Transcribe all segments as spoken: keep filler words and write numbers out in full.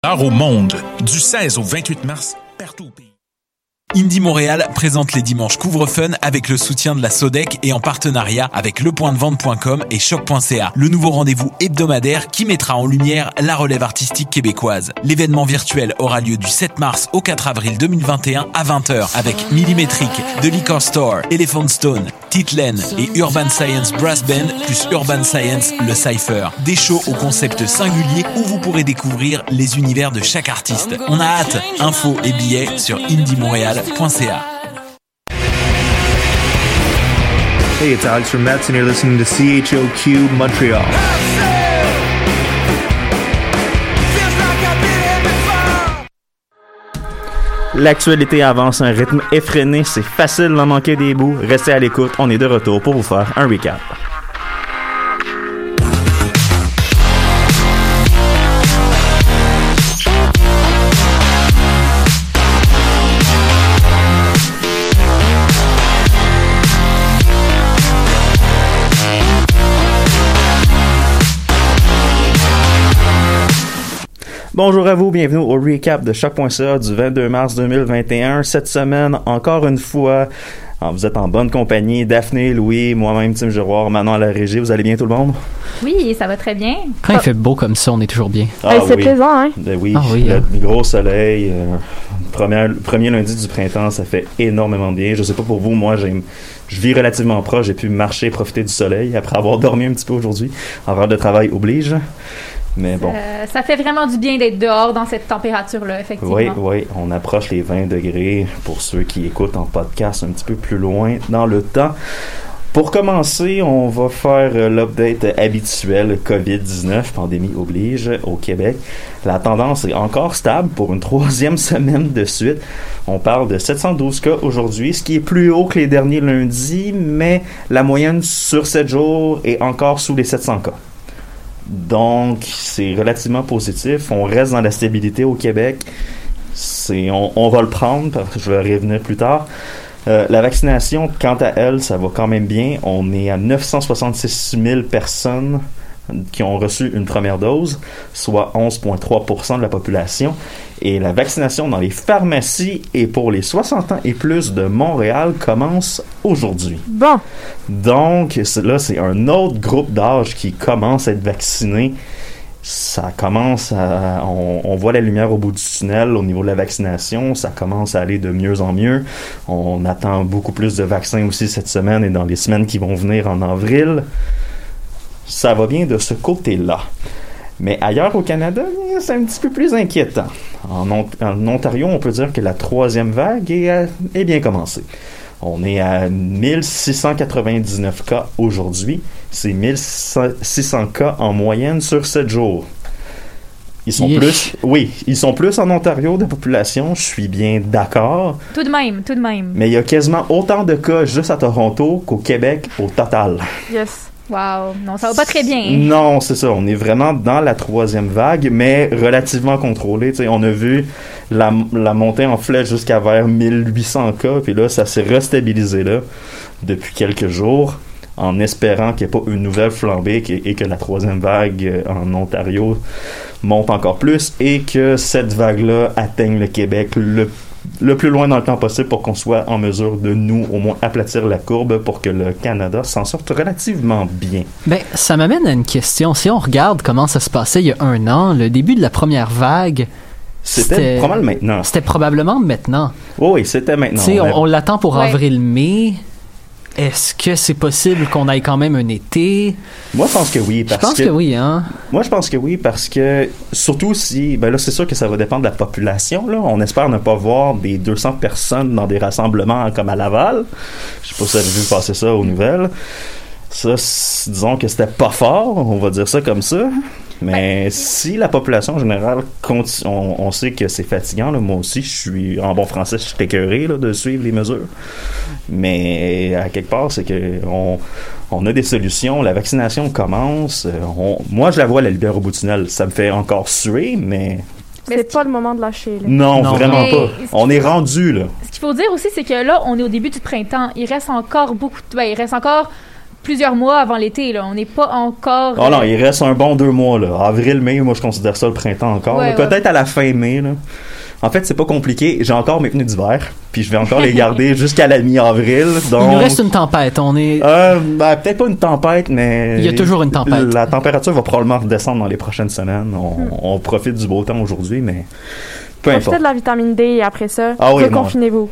Au monde, du seize au vingt-huit mars, partout au pays. Indie Montréal présente les dimanches Couvre-Fun avec le soutien de la Sodec et en partenariat avec le point de vente point com et choc point c a. Le nouveau rendez-vous hebdomadaire qui mettra en lumière la relève artistique québécoise. L'événement virtuel aura lieu du sept mars au quatre avril deux mille vingt et un à vingt heures avec Millimétrique, The Liquor Store, Elephant Stone, Titlen et Urban Science Brass Band plus Urban Science le Cypher. Des shows au concept singulier où vous pourrez découvrir les univers de chaque artiste. On a hâte. Infos et billets sur indie montréal point c a. Hey, it's Alex from Mets and you're listening to C H O Q Montreal. L'actualité avance à un rythme effréné, c'est facile d'en manquer des bouts. Restez à l'écoute, on est de retour pour vous faire un recap. Bonjour à vous, bienvenue au recap de choc point c a du vingt-deux mars deux mille vingt et un. Cette semaine, encore une fois, vous êtes en bonne compagnie. Daphné, Louis, moi-même, Tim Giroir, Manon à la régie. Vous allez bien tout le monde? Oui, ça va très bien. Quand il fait beau comme ça, on est toujours bien. Ah, hey, c'est oui. plaisant, hein? Ben oui, ah, oui le hein. gros soleil, euh, premier, premier lundi du printemps, ça fait énormément bien. Je sais pas pour vous, moi, j'ai, je vis relativement proche. J'ai pu marcher, profiter du soleil après avoir dormi un petit peu aujourd'hui. Horaire de travail oblige. Mais bon. Euh, ça fait vraiment du bien d'être dehors dans cette température-là, effectivement. Oui, oui, on approche les vingt degrés pour ceux qui écoutent en podcast un petit peu plus loin dans le temps. Pour commencer, on va faire euh, l'update habituel covid dix-neuf, pandémie oblige, au Québec. La tendance est encore stable pour une troisième semaine de suite. On parle de sept cent douze cas aujourd'hui, ce qui est plus haut que les derniers lundis, mais la moyenne sur sept jours est encore sous les sept cents cas. Donc, c'est relativement positif. On reste dans la stabilité au Québec. C'est, on, on va le prendre, parce que je vais y revenir plus tard. Euh, la vaccination, quant à elle, ça va quand même bien. On est à neuf cent soixante-six mille personnes qui ont reçu une première dose, soit onze virgule trois pour cent de la population. Et la vaccination dans les pharmacies et pour les soixante ans et plus de Montréal commence aujourd'hui. Bon. Donc, c'est, là, c'est un autre groupe d'âge qui commence à être vacciné. Ça commence à... On, on voit la lumière au bout du tunnel au niveau de la vaccination. Ça commence à aller de mieux en mieux. On attend beaucoup plus de vaccins aussi cette semaine et dans les semaines qui vont venir en avril. Ça va bien de ce côté-là. Mais ailleurs au Canada, c'est un petit peu plus inquiétant. En, Ont- en Ontario, on peut dire que la troisième vague est, est bien commencée. On est à mille six cent quatre-vingt-dix-neuf cas aujourd'hui. C'est mille six cents cas en moyenne sur sept jours. Ils sont Yeesh. plus, oui, ils sont plus en Ontario de population, je suis bien d'accord. Tout de même, tout de même. Mais il y a quasiment autant de cas juste à Toronto qu'au Québec au total. Yes. Wow. Non, ça va pas très bien. Non, c'est ça. On est vraiment dans la troisième vague, mais relativement contrôlée. T'sais, on a vu la, la montée en flèche jusqu'à vers mille huit cents cas, puis là, ça s'est restabilisé là depuis quelques jours, en espérant qu'il n'y ait pas une nouvelle flambée et que la troisième vague en Ontario monte encore plus et que cette vague-là atteigne le Québec le le plus loin dans le temps possible pour qu'on soit en mesure de nous, au moins, aplatir la courbe pour que le Canada s'en sorte relativement bien. Ben, ça m'amène à une question. Si on regarde comment ça se passait il y a un an, le début de la première vague, C'était, c'était pas mal maintenant. C'était probablement maintenant. Oh oui, c'était maintenant. Tu sais, on, on l'attend pour Ouais. avril-mai. Est-ce que c'est possible qu'on aille quand même un été? Moi, je pense que oui. Je Parce pense que, oui, hein? Moi, je pense que oui, parce que surtout si, ben là, c'est sûr que ça va dépendre de la population, là. On espère ne pas voir des deux cents personnes dans des rassemblements comme à Laval. Je sais pas si vous avez vu passer ça aux nouvelles. Ça, c- disons que c'était pas fort, on va dire ça comme ça. Mais si la population en général continue, on, on sait que c'est fatigant, là. Moi aussi, je suis, en bon français, je suis écœuré, là, de suivre les mesures. Mais à quelque part, c'est que on, on a des solutions. La vaccination commence. On, moi, je la vois, la lumière au bout du tunnel. Ça me fait encore suer, mais Mais C'est pas le moment de lâcher, là. non, Non. vraiment Mais pas. est-ce On est rendu là. Ce qu'il faut dire aussi, c'est que là, on est au début du printemps. Il reste encore beaucoup de... Ben, il reste encore plusieurs mois avant l'été, là. On n'est pas encore... Oh non, il reste un bon deux mois, là. Avril, mai, moi, je considère ça le printemps encore. Ouais, Peut-être ouais. à la fin mai, là. En fait, c'est pas compliqué. J'ai encore mes pneus d'hiver, puis je vais encore les garder jusqu'à la mi-avril. Donc... Il nous reste une tempête. On est... Euh, ben, peut-être pas une tempête, mais... Il y a toujours une tempête. La température va probablement redescendre dans les prochaines semaines. On, Hmm. on profite du beau temps aujourd'hui, mais... Peu Profitez importe. de la vitamine D et après ça, Ah oui, reconfinez-vous.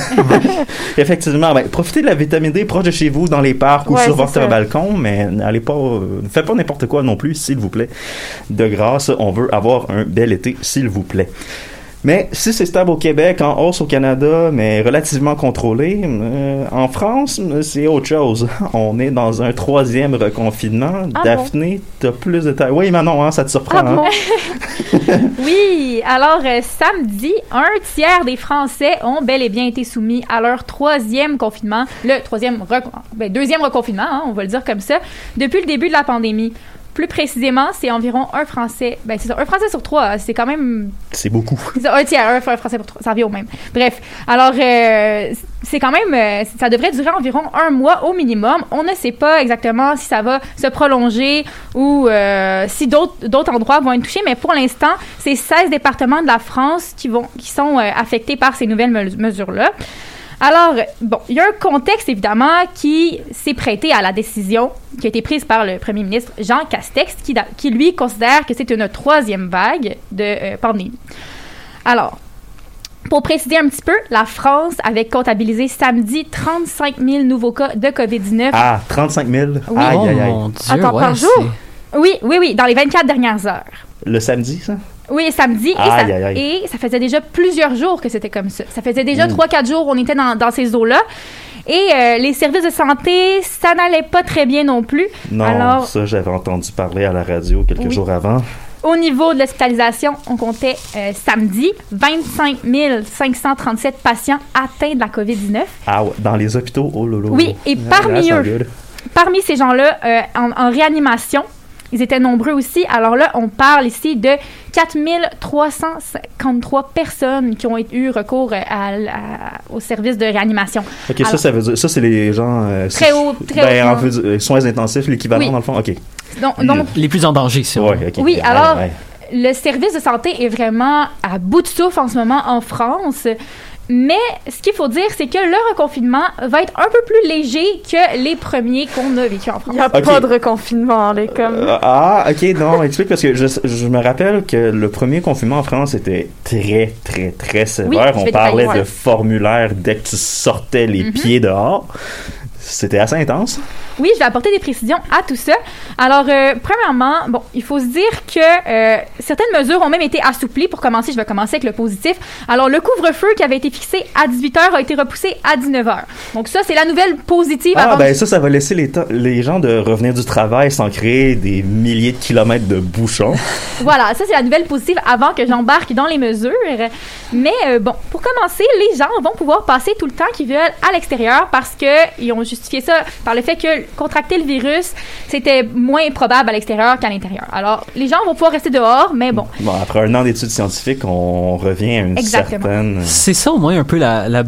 Effectivement, ben, profitez de la vitamine D proche de chez vous, dans les parcs ou Ouais, sur c'est votre ça. balcon, mais n'allez pas, euh, ne faites pas n'importe quoi non plus, s'il vous plaît. De grâce, on veut avoir un bel été, s'il vous plaît. Mais si c'est stable au Québec, en hausse au Canada, mais relativement contrôlé, euh, en France, c'est autre chose. On est dans un troisième reconfinement. Ah Daphné, t'as plus de détails. Oui, Manon, hein, ça te surprend. Ah hein? bon? Oui, alors euh, samedi, un tiers des Français ont bel et bien été soumis à leur troisième confinement, le troisième, reco- ben, deuxième reconfinement, hein, on va le dire comme ça, depuis le début de la pandémie. Plus précisément, c'est environ un Français, ben c'est ça, un Français sur trois, c'est quand même C'est beaucoup. c'est ça, un tiers, un Français pour trois, ça revient au même. Bref, alors euh, c'est quand même, euh, ça devrait durer environ un mois au minimum. On ne sait pas exactement si ça va se prolonger ou euh, si d'autres d'autres endroits vont être touchés, mais pour l'instant, c'est seize départements de la France qui vont qui sont euh, affectés par ces nouvelles me- mesures-là. Alors, bon, il y a un contexte, évidemment, qui s'est prêté à la décision qui a été prise par le premier ministre Jean Castex, qui, da- qui lui, considère que c'est une troisième vague de euh, pandémie. Alors, pour préciser un petit peu, la France avait comptabilisé samedi trente-cinq mille nouveaux cas de covid dix-neuf. Ah, trente-cinq mille. Oui. Aïe, oh aïe, aïe. mon Dieu, Attends, ouais, par jour? c'est- Oui, oui, oui, dans les vingt-quatre dernières heures. Le samedi, ça? Oui, samedi. Et, Aïe, ça, aïe, aïe. et ça faisait déjà plusieurs jours que c'était comme ça. Ça faisait déjà Mm. trois quatre jours on était dans, dans ces eaux-là. Et euh, les services de santé, ça n'allait pas très bien non plus. Non, Alors, ça, j'avais entendu parler à la radio quelques Oui. jours avant. au niveau de l'hospitalisation, on comptait euh, samedi vingt-cinq mille cinq cent trente-sept patients atteints de la covid dix-neuf. Ah ouais, dans les hôpitaux, oh lolo. Oui, et parmi that's not eux, good. Parmi ces gens-là, euh, en, en réanimation, ils étaient nombreux aussi. Alors là, on parle ici de quatre mille trois cent cinquante-trois personnes qui ont eu recours à, à- au service de réanimation. Ok, Alors- ça, ça veut dire, ça, c'est les gens. euh, Très c'est- haut, très ben, en hautement. fait, euh, soins intensifs, l'équivalent, Oui. dans le fond. Ok. Donc, donc Les plus en danger, si on Ouais, veut. ok. Oui, Ouais, alors- ouais. le service de santé est vraiment à bout de souffle en ce moment en France. Mais ce qu'il faut dire, c'est que le reconfinement va être un peu plus léger que les premiers qu'on a vécu en France. Il n'y a Ok. pas de reconfinement, les comme. Euh, ah, ok, non, explique parce que je, je me rappelle que le premier confinement en France était très, très, très sévère. Oui, je On vais parlait détailler, de ouais. formulaire dès que tu sortais les Mhm. pieds dehors. C'était assez intense. Oui, je vais apporter des précisions à tout ça. Alors, euh, premièrement, bon, il faut se dire que euh, certaines mesures ont même été assouplies. Pour commencer, je vais commencer avec le positif. Alors, le couvre-feu qui avait été fixé à dix-huit heures a été repoussé à dix-neuf heures. Donc ça, c'est la nouvelle positive. Ah, avant ben de- ça, ça va laisser les, temps- les gens de revenir du travail sans créer des milliers de kilomètres de bouchons. Voilà, ça, c'est la nouvelle positive avant que j'embarque dans les mesures. Mais euh, bon, pour commencer, les gens vont pouvoir passer tout le temps qu'ils veulent à l'extérieur parce qu'ils ont justifié ça par le fait que contracter le virus, c'était moins probable à l'extérieur qu'à l'intérieur. Alors, les gens vont pouvoir rester dehors, mais bon. Bon, après un an d'études scientifiques, on revient à une Exactement. certaine... C'est ça au moins un peu la, la...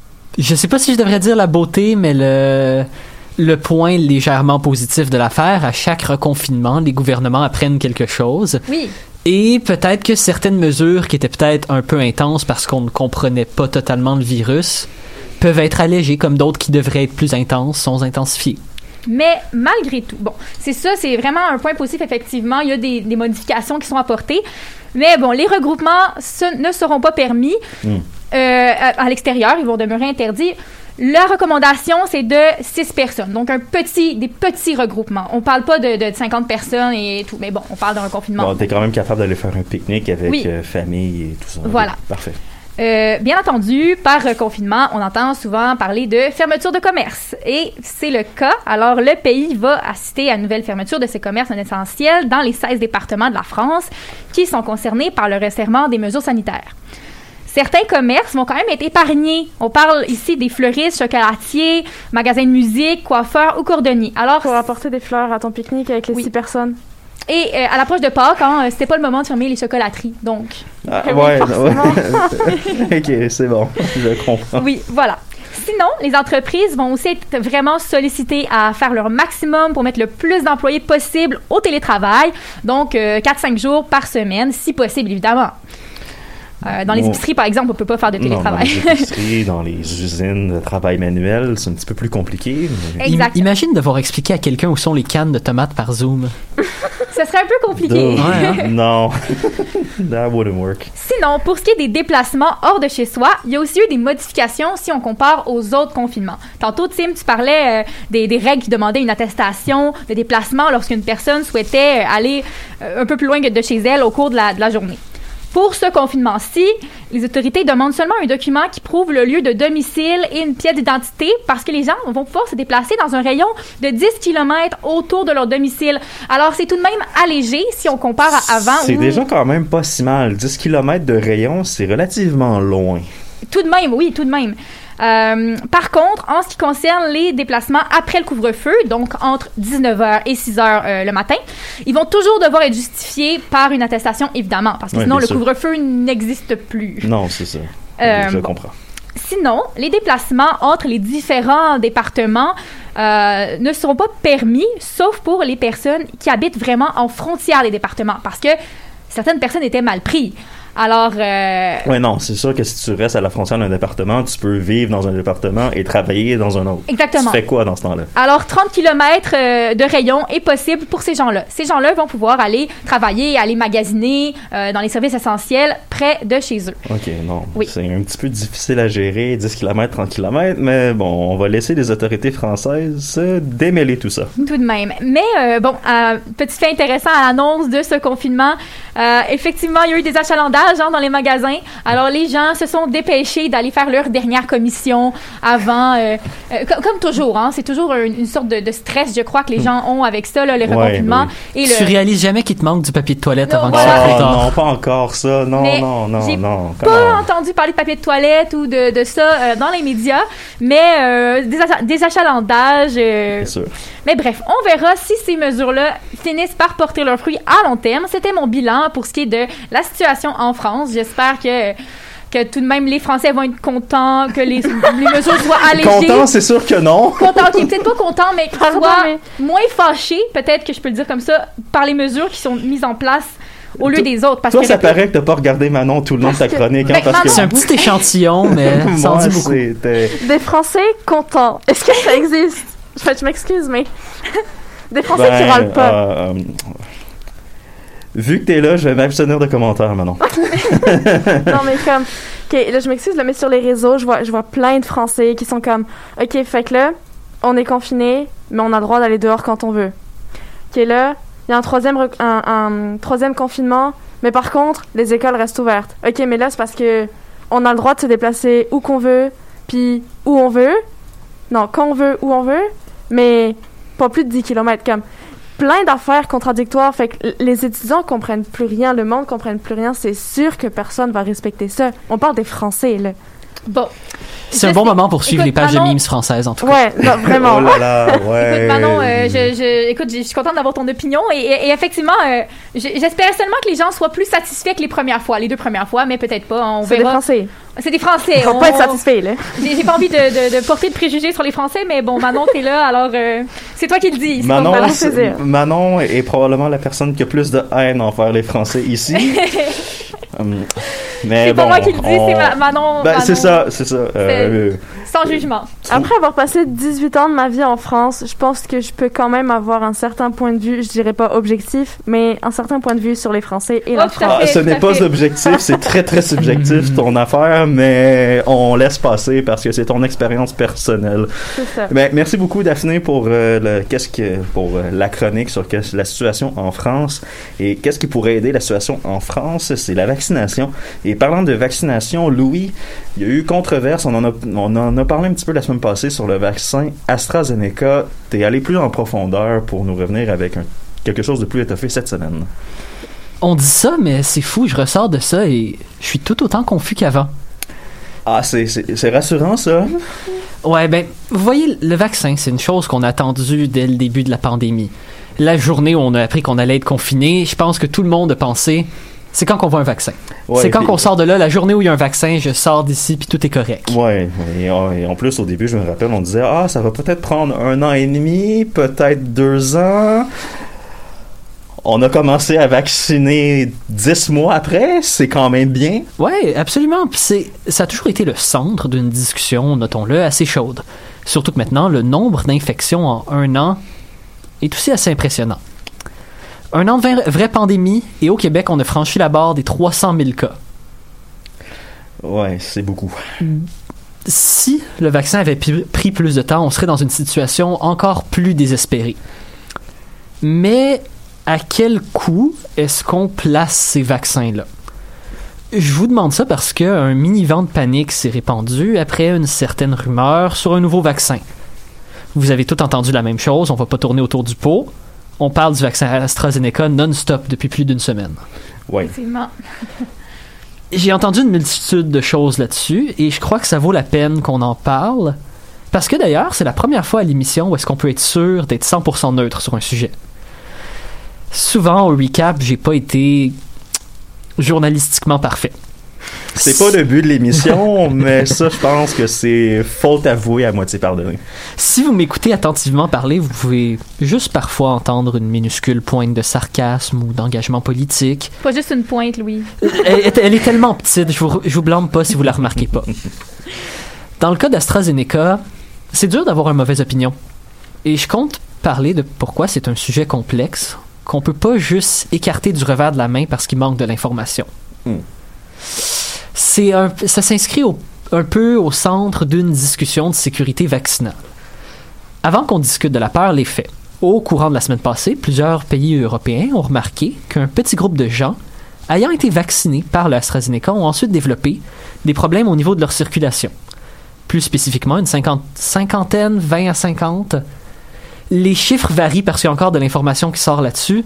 Je sais pas si je devrais dire la beauté, mais le... le point légèrement positif de l'affaire. À chaque reconfinement, les gouvernements apprennent quelque chose. Oui. Et peut-être que certaines mesures qui étaient peut-être un peu intenses parce qu'on ne comprenait pas totalement le virus peuvent être allégées, comme d'autres qui devraient être plus intenses sont intensifiées. Mais malgré tout, bon, c'est ça, c'est vraiment un point positif, effectivement. Il y a des, des modifications qui sont apportées. Mais bon, les regroupements ce, ne seront pas permis Mm. euh, à, à l'extérieur. Ils vont demeurer interdits. La recommandation, c'est de six personnes. Donc, un petit, des petits regroupements. On parle pas de, de cinquante personnes et tout. Mais bon, on parle d'un confinement. Bon, t'es quand même capable d'aller faire un pique-nique avec Oui. euh, famille et tout ça. Voilà. Ok, parfait. Euh, bien entendu, par euh, confinement, on entend souvent parler de fermeture de commerce. Et c'est le cas. Alors, le pays va assister à une nouvelle fermeture de ces commerces non essentiels dans les seize départements de la France qui sont concernés par le resserrement des mesures sanitaires. Certains commerces vont quand même être épargnés. On parle ici des fleuristes, chocolatiers, magasins de musique, coiffeurs ou cordonniers. Alors, Pour apporter des fleurs à ton pique-nique avec les Oui. six personnes. et euh, à l'approche de Pâques, hein, euh, c'était pas le moment de fermer les chocolateries. Donc, Ah, Oui, ouais, forcément. ouais. Ok, c'est bon. Je comprends. oui, voilà. Sinon, les entreprises vont aussi être vraiment sollicitées à faire leur maximum pour mettre le plus d'employés possible au télétravail, donc euh, quatre à cinq jours par semaine, si possible, évidemment. Euh, dans les épiceries, par exemple, on peut pas faire de télétravail. Non, dans les épiceries, dans les usines de travail manuel, c'est un petit peu plus compliqué. Mais... Exact. I- imagine devoir expliquer à quelqu'un où sont les cannes de tomates par Zoom. Ce serait un peu compliqué. Ouais, hein? Non, that wouldn't work. Sinon, pour ce qui est des déplacements hors de chez soi, il y a aussi eu des modifications si on compare aux autres confinements. Tantôt, Tim, tu parlais euh, des, des règles qui demandaient une attestation de déplacement lorsqu'une personne souhaitait euh, aller euh, un peu plus loin que de chez elle au cours de la, de la journée. Pour ce confinement-ci, les autorités demandent seulement un document qui prouve le lieu de domicile et une pièce d'identité parce que les gens vont pouvoir se déplacer dans un rayon de dix kilomètres autour de leur domicile. Alors, c'est tout de même allégé si on compare à avant. C'est où... déjà quand même pas si mal. dix kilomètres de rayon, c'est relativement loin. Tout de même, oui, tout de même. Euh, par contre, en ce qui concerne les déplacements après le couvre-feu, donc entre dix-neuf heures et six heures euh, le matin, ils vont toujours devoir être justifiés par une attestation, évidemment, parce que Ouais, sinon bien le sûr. couvre-feu n'existe plus. Non, c'est ça. Euh, Je bon. comprends. Sinon, les déplacements entre les différents départements euh, ne seront pas permis, sauf pour les personnes qui habitent vraiment en frontière des départements, parce que certaines personnes étaient mal prises. Alors... Euh, Ouais, non, c'est sûr que si tu restes à la frontière d'un département, tu peux vivre dans un département et travailler dans un autre. Exactement. Tu fais quoi dans ce temps-là? Alors, trente kilomètres euh, de rayon est possible pour ces gens-là. Ces gens-là vont pouvoir aller travailler, aller magasiner euh, dans les services essentiels près de chez eux. OK, non. Oui. C'est un petit peu difficile à gérer, dix kilomètres, trente kilomètres, mais bon, on va laisser les autorités françaises euh, démêler tout ça. Tout de même. Mais, euh, bon, euh, petit fait intéressant à l'annonce de ce confinement, euh, effectivement, il y a eu des achalandages hein, dans les magasins. Alors, les gens se sont dépêchés d'aller faire leur dernière commission avant, euh, euh, co- comme toujours, hein, c'est toujours une, une sorte de, de stress, je crois, que les gens ont avec ça, là, le Ouais, reconfinement. oui. Et Tu le... réalises jamais qu'il te manque du papier de toilette Non, avant voilà. que ce soit Oh trop tard. non, pas encore ça. Non, Mais non, non, j'ai non. pas Comment? entendu parler de papier de toilette ou de, de ça euh, dans les médias, mais euh, des, acha- des achalandages. euh, C'est sûr. mais bref, on verra si ces mesures-là finissent par porter leurs fruits à long terme. C'était mon bilan pour ce qui est de la situation en France. J'espère que, que tout de même les Français vont être contents, que les, les mesures soient allégées. Content, c'est sûr que non. Content, ok, peut-être pas content, mais qu'ils Pardon, soient mais- moins fâchés, peut-être que je peux le dire comme ça, par les mesures qui sont mises en place au lieu Toi- des autres. Parce Toi, que ça répète- paraît que t'as pas regardé Manon tout le long de ta Parce que- chronique, hein, Ben, parce que... C'est un petit échantillon, mais ça en Moi, dit beaucoup. c'était... Des Français contents. Est-ce que ça existe? Enfin, je m'excuse, mais... Des Français qui Ben, râlent pas. euh, euh, vu que t'es là, je vais m'abstenir de commentaires, Manon. Non, mais comme... OK, là, je m'excuse, là, mais sur les réseaux, je vois, je vois plein de Français qui sont comme... OK, fait que là, on est confinés, mais on a le droit d'aller dehors quand on veut. OK, là, il y a un troisième, rec- un, un troisième confinement, mais par contre, les écoles restent ouvertes. OK, mais là, c'est parce que on a le droit de se déplacer où qu'on veut, puis où on veut. Non, quand on veut, où on veut, mais pas plus de dix kilomètres, comme... Plein d'affaires contradictoires, fait que l- les étudiants comprennent plus rien, le monde comprenne plus rien, c'est sûr que personne va respecter ça. On parle des Français, là. Bon. C'est un Je bon sais- moment pour suivre écoute, les pages Manon- de memes françaises, en tout cas. Ouais, non, vraiment. Oh là là, ouais. Écoute, Manon, euh, je, je, écoute, je suis contente d'avoir ton opinion et, et- et effectivement, euh, j- j'espérais seulement que les gens soient plus satisfaits que les premières fois, les deux premières fois, mais peut-être pas. On C'est des verra. Français. C'est des Français. Ils vont on- pas être satisfaits, là. J'ai j'ai pas envie de, de, de porter de préjugés sur les Français, mais bon, Manon, t'es là, alors euh, c'est toi qui le dis. c'est pas Manon, moi. c'est- plaisir. Manon est probablement la personne qui a plus de haine envers les Français ici. Hum, mais C'est pas bon, moi qui le dis, on- c'est Ma- Manon. Ben, Manon, c'est ça, c'est ça. Euh, Sans jugement. Après avoir passé dix-huit ans de ma vie en France, je pense que je peux quand même avoir un certain point de vue, je dirais pas objectif, mais un certain point de vue sur les Français et Oh, la tout à France. Ah, fait, ce tout n'est à pas fait. objectif, c'est très très subjectif ton affaire, mais on laisse passer parce que c'est ton expérience personnelle. C'est ça. Ben, merci beaucoup Daphné pour euh, le qu'est-ce que pour euh, la chronique sur qu'est-ce- la situation en France et qu'est-ce qui pourrait aider la situation en France, c'est la vaccination. Et parlant de vaccination, Louis, il y a eu controverse, on en a on en a parlé un petit peu la semaine passée sur le vaccin AstraZeneca. T'es allé plus en profondeur pour nous revenir avec un- quelque chose de plus étoffé cette semaine. On dit ça, mais c'est fou, je ressors de ça et je suis tout autant confus qu'avant. Ah, c'est c'est c'est rassurant ça. Ouais, ben, vous voyez, le vaccin, c'est une chose qu'on a attendue dès le début de la pandémie. La journée où on a appris qu'on allait être confiné, je pense que tout le monde a pensé C'est quand qu'on voit un vaccin. Ouais, c'est quand puis- qu'on sort de là, la journée où il y a un vaccin, je sors d'ici puis tout est correct. Ouais, et, et en plus, au début, je me rappelle, on disait, ah, ça va peut-être prendre un an et demi, peut-être deux ans. On a commencé à vacciner dix mois après, c'est quand même bien. Ouais, absolument. Puis c'est, ça a toujours été le centre d'une discussion, notons-le, assez chaude. Surtout que maintenant, le nombre d'infections en un an est aussi assez impressionnant. Un an de vraie, vraie pandémie, et au Québec, on a franchi la barre des trois cent mille cas. Ouais, c'est beaucoup. Si le vaccin avait pi- pris plus de temps, on serait dans une situation encore plus désespérée. Mais à quel coût est-ce qu'on place ces vaccins-là? Je vous demande ça parce qu'un mini-vent de panique s'est répandu après une certaine rumeur sur un nouveau vaccin. Vous avez tout entendu la même chose, on va pas tourner autour du pot. On parle du vaccin AstraZeneca non-stop depuis plus d'une semaine. Ouais. Effectivement. J'ai entendu une multitude de choses là-dessus et je crois que ça vaut la peine qu'on en parle. Parce que d'ailleurs, c'est la première fois à l'émission où est-ce qu'on peut être sûr d'être cent pour cent neutre sur un sujet. Souvent, au recap, j'ai pas été journalistiquement parfait. C'est pas le but de l'émission, mais ça, je pense que c'est faute avouée à moitié pardonnée. Si vous m'écoutez attentivement parler, vous pouvez juste parfois entendre une minuscule pointe de sarcasme ou d'engagement politique. Pas juste une pointe, Louis. Elle, est- elle est tellement petite, je vous, je vous blâme pas si vous la remarquez pas. Dans le cas d'AstraZeneca, c'est dur d'avoir une mauvaise opinion. Et je compte parler de pourquoi c'est un sujet complexe qu'on peut pas juste écarter du revers de la main parce qu'il manque de l'information. Mm. C'est un, ça s'inscrit au- un peu au centre d'une discussion de sécurité vaccinale. Avant qu'on discute de la peur, les faits. Au courant de la semaine passée, plusieurs pays européens ont remarqué qu'un petit groupe de gens ayant été vaccinés par l'AstraZeneca ont ensuite développé des problèmes au niveau de leur circulation. Plus spécifiquement, une cinquante, cinquantaine, vingt à cinquante. Les chiffres varient parce qu'il y a encore de l'information qui sort là-dessus.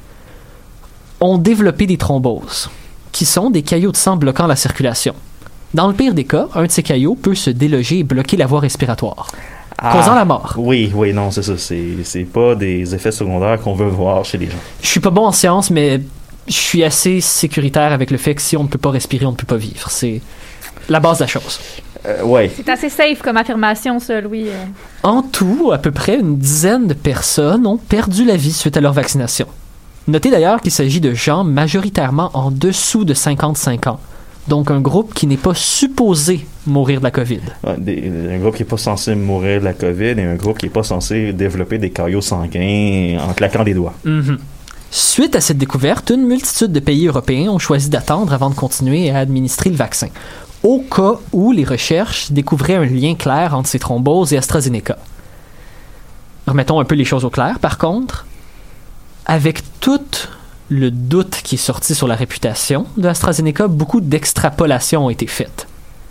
Ont développé des thromboses, qui sont des caillots de sang bloquant la circulation. Dans le pire des cas, un de ces caillots peut se déloger et bloquer la voie respiratoire, Ah, causant la mort. Oui, oui, non, c'est ça. C'est, c'est pas des effets secondaires qu'on veut voir chez les gens. Je suis pas bon en sciences, mais je suis assez sécuritaire avec le fait que si on ne peut pas respirer, on ne peut pas vivre. C'est la base de la chose. Euh, ouais. C'est assez safe comme affirmation, ça, Louis. Euh, En tout, à peu près une dizaine de personnes ont perdu la vie suite à leur vaccination. Notez d'ailleurs qu'il s'agit de gens majoritairement en dessous de cinquante-cinq ans, donc un groupe qui n'est pas supposé mourir de la COVID. Ouais, des- un groupe qui est pas censé mourir de la COVID et un groupe qui est pas censé développer des caillots sanguins en claquant des doigts. Mhm. Suite à cette découverte, une multitude de pays européens ont choisi d'attendre avant de continuer à administrer le vaccin, au cas où les recherches découvraient un lien clair entre ces thromboses et AstraZeneca. Remettons un peu les choses au clair, par contre. Avec tout le doute qui est sorti sur la réputation de AstraZeneca, beaucoup d'extrapolations ont été faites.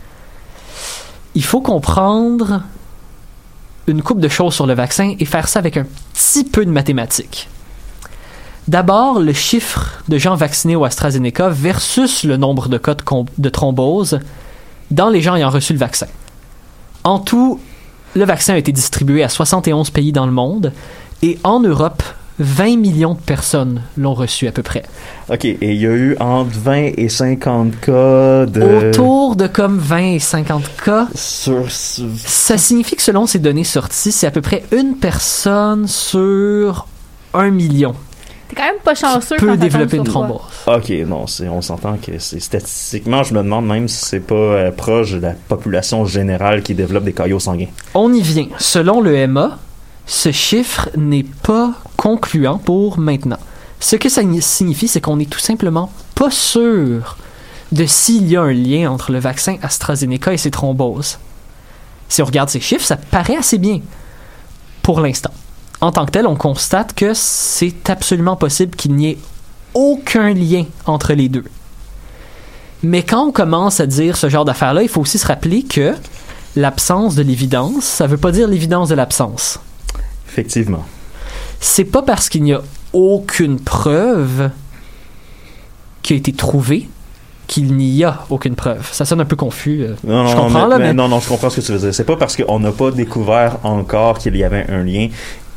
Il faut comprendre une couple de choses sur le vaccin et faire ça avec un petit peu de mathématiques. D'abord, le chiffre de gens vaccinés au AstraZeneca versus le nombre de cas de, com- de thrombose dans les gens ayant reçu le vaccin. En tout, le vaccin a été distribué à soixante et onze pays dans le monde et en Europe, vingt millions de personnes l'ont reçu à peu près. OK, et il y a eu entre vingt et cinquante cas de... Autour de comme vingt et cinquante cas. Sur... sur- Ça signifie que selon ces données sorties, c'est à peu près une personne sur un million T'es quand même pas chanceux qui peut quand ça développer tombe une sur toi. thrombose. OK, non, c'est, on s'entend que c'est statistiquement, je me demande même si c'est pas euh, proche de la population générale qui développe des caillots sanguins. On y vient. Selon le M A, ce chiffre n'est pas concluant pour maintenant. Ce que ça signifie, c'est qu'on n'est tout simplement pas sûr de s'il y a un lien entre le vaccin AstraZeneca et ses thromboses. Si on regarde ces chiffres, ça paraît assez bien pour l'instant. En tant que tel, on constate que c'est absolument possible qu'il n'y ait aucun lien entre les deux. Mais quand on commence à dire ce genre d'affaires-là, il faut aussi se rappeler que l'absence de l'évidence, ça veut pas dire l'évidence de l'absence. Effectivement. C'est pas parce qu'il n'y a aucune preuve qui a été trouvée qu'il n'y a aucune preuve. Ça sonne un peu confus. euh, Non, je non, comprends mais, là, mais mais non, non, je comprends ce que tu veux dire. C'est pas parce qu'on n'a pas découvert encore qu'il y avait un lien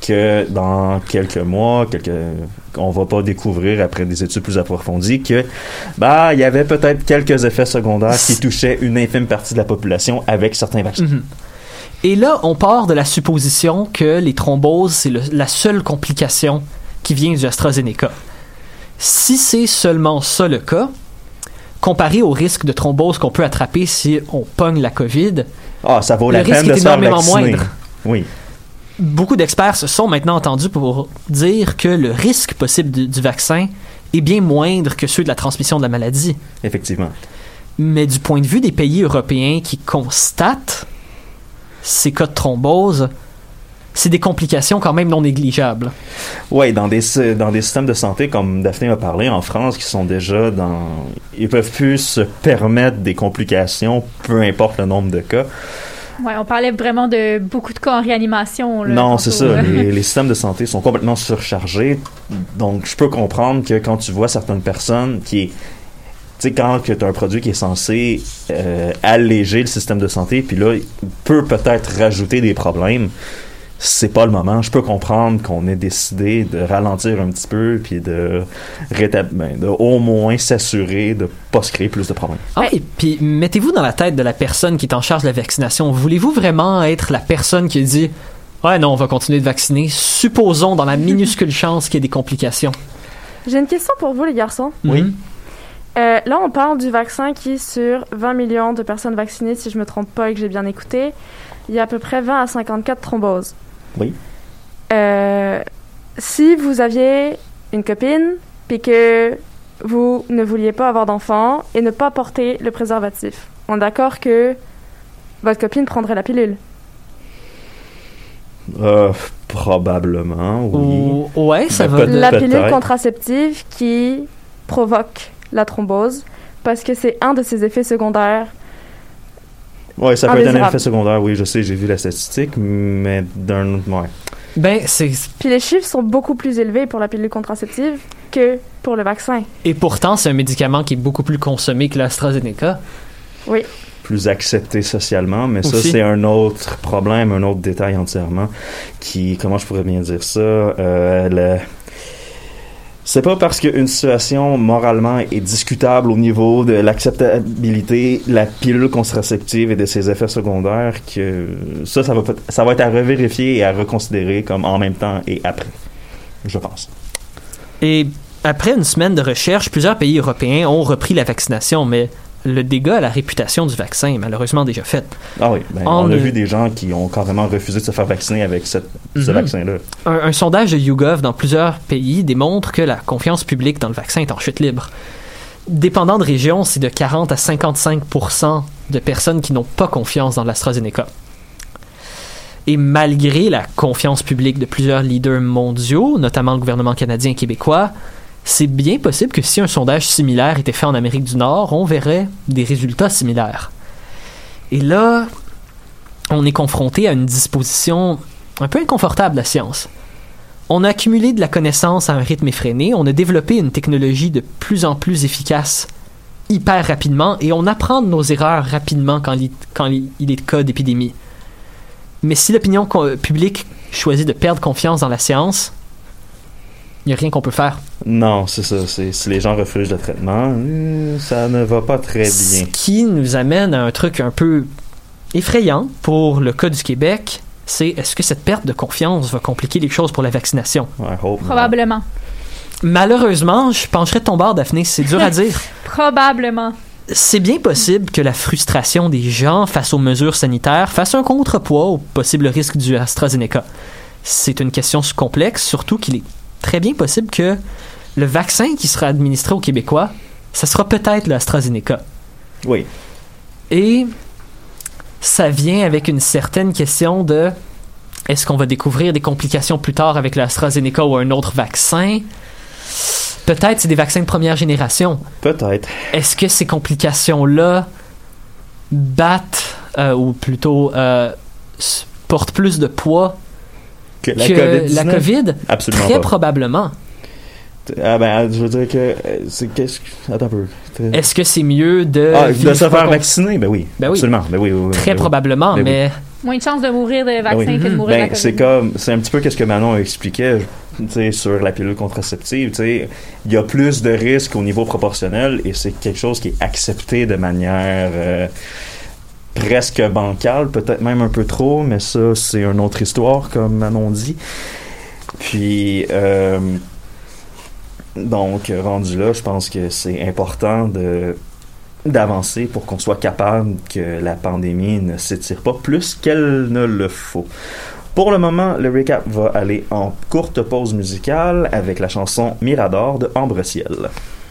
que dans quelques mois, quelques, on va pas découvrir après des études plus approfondies que, bah, il y avait peut-être quelques effets secondaires qui touchaient une infime partie de la population avec certains vaccins. Mm-hmm. Et là, on part de la supposition que les thromboses, c'est le, la seule complication qui vient du AstraZeneca. Si c'est seulement ça le cas, comparé au risque de thrombose qu'on peut attraper si on pogne la COVID, ah, ça vaut la le peine risque de est se faire énormément vacciner. moindre. Oui. Beaucoup d'experts se sont maintenant entendus pour dire que le risque possible du, du vaccin est bien moindre que ceux de la transmission de la maladie. Effectivement. Mais du point de vue des pays européens qui constatent ces cas de thrombose, c'est des complications quand même non négligeables. Oui, dans des, dans des systèmes de santé, comme Daphné a parlé, en France, qui sont déjà dans... Ils peuvent plus se permettre des complications, peu importe le nombre de cas. Ouais, on parlait vraiment de beaucoup de cas en réanimation. Là, non, tantôt, c'est ça. là. Les, les systèmes de santé sont complètement surchargés. Donc, je peux comprendre que quand tu vois certaines personnes qui... Tu sais, quand tu as un produit qui est censé euh, alléger le système de santé, puis là, il peut peut-être rajouter des problèmes, c'est pas le moment. Je peux comprendre qu'on ait décidé de ralentir un petit peu, puis de, rétab- ben, de au moins s'assurer de pas se créer plus de problèmes. Ah, et puis mettez-vous dans la tête de la personne qui est en charge de la vaccination. Voulez-vous vraiment être la personne qui dit « Ouais, non, on va continuer de vacciner. Supposons dans la minuscule chance qu'il y ait des complications. » J'ai une question pour vous, les garçons. Oui. Mhm. Euh, là, on parle du vaccin qui, sur vingt millions de personnes vaccinées, si je me trompe pas et que j'ai bien écouté, il y a à peu près vingt à cinquante-quatre thromboses. Oui. Euh, si vous aviez une copine, puis que vous ne vouliez pas avoir d'enfant et ne pas porter le préservatif, on est d'accord que votre copine prendrait la pilule? Euh, probablement, oui. Ou- ouais, ça Ben, va. peut- La peut-être. pilule contraceptive qui provoque la thrombose, parce que c'est un de ses effets secondaires. Oui, ça peut être un Indésirable. effet secondaire, oui, je sais, j'ai vu la statistique, mais d'un autre... Ouais. Ben, c'est... Puis les chiffres sont beaucoup plus élevés pour la pilule contraceptive que pour le vaccin. Et pourtant, c'est un médicament qui est beaucoup plus consommé que l'AstraZeneca. Oui. Plus accepté socialement, mais ça, Aussi. c'est un autre problème, un autre détail entièrement, qui, comment je pourrais bien dire ça, euh, le... C'est pas parce qu'une situation moralement est discutable au niveau de l'acceptabilité, la pilule contraceptive et de ses effets secondaires que ça, ça va, peut- ça va être à revérifier et à reconsidérer comme en même temps et après, je pense. Et après une semaine de recherche, plusieurs pays européens ont repris la vaccination, mais le dégât à la réputation du vaccin est malheureusement déjà fait. Ah oui, ben, En on a le- vu des gens qui ont carrément refusé de se faire vacciner avec cette, ce Mhm. vaccin-là. Un, un sondage de YouGov dans plusieurs pays démontre que la confiance publique dans le vaccin est en chute libre. Dépendant de région, c'est de quarante à cinquante-cinq pour cent de personnes qui n'ont pas confiance dans l'AstraZeneca. Et malgré la confiance publique de plusieurs leaders mondiaux, notamment le gouvernement canadien et québécois, c'est bien possible que si un sondage similaire était fait en Amérique du Nord, on verrait des résultats similaires. Et là, on est confronté à une disposition un peu inconfortable de la science. On a accumulé de la connaissance à un rythme effréné, on a développé une technologie de plus en plus efficace hyper rapidement et on apprend de nos erreurs rapidement quand il, quand il est cas d'épidémie. Mais si l'opinion co- publique choisit de perdre confiance dans la science, il n'y a rien qu'on peut faire. Non, c'est ça. C'est, si les gens refusent le traitement, euh, ça ne va pas très Ce bien. qui nous amène à un truc un peu effrayant pour le cas du Québec, c'est est-ce que cette perte de confiance va compliquer les choses pour la vaccination? Ouais, hope not. Probablement. Malheureusement, je pencherais de ton bord, Daphné, c'est dur à dire. Probablement. C'est bien possible que la frustration des gens face aux mesures sanitaires fasse un contrepoids au possible risque du AstraZeneca. C'est une question complexe, surtout qu'il est très bien possible que le vaccin qui sera administré aux Québécois, ça sera peut-être l'AstraZeneca. Oui. Et ça vient avec une certaine question de est-ce qu'on va découvrir des complications plus tard avec l'AstraZeneca ou un autre vaccin? Peut-être c'est des vaccins de première génération. Peut-être. Est-ce que ces complications-là battent, euh, ou plutôt euh, s- portent plus de poids Que la que COVID dix-neuf? la COVID? Absolument Très pas. probablement. Ah ben, je veux dire que... euh, C'est qu'est-ce que... Attends un peu. Très- Est-ce que c'est mieux de... Ah, de vivre se faire contre- vacciner? Ben oui. Ben oui. Absolument. Ben oui, oui, oui, Très ben oui. probablement, Ben oui. mais Moins de chances de mourir de vaccin oui. que de mourir ben, de la COVID. c'est comme, c'est un petit peu ce que Manon expliquait, tu sais, sur la pilule contraceptive, tu sais, il y a plus de risques au niveau proportionnel et c'est quelque chose qui est accepté de manière euh, presque bancale, peut-être même un peu trop, mais ça, c'est une autre histoire, comme Manon dit. Puis, euh, donc, rendu là, je pense que c'est important de d'avancer pour qu'on soit capable que la pandémie ne s'étire pas plus qu'elle ne le faut. Pour le moment, le recap va aller en courte pause musicale avec la chanson Mirador de Ambre Ciel.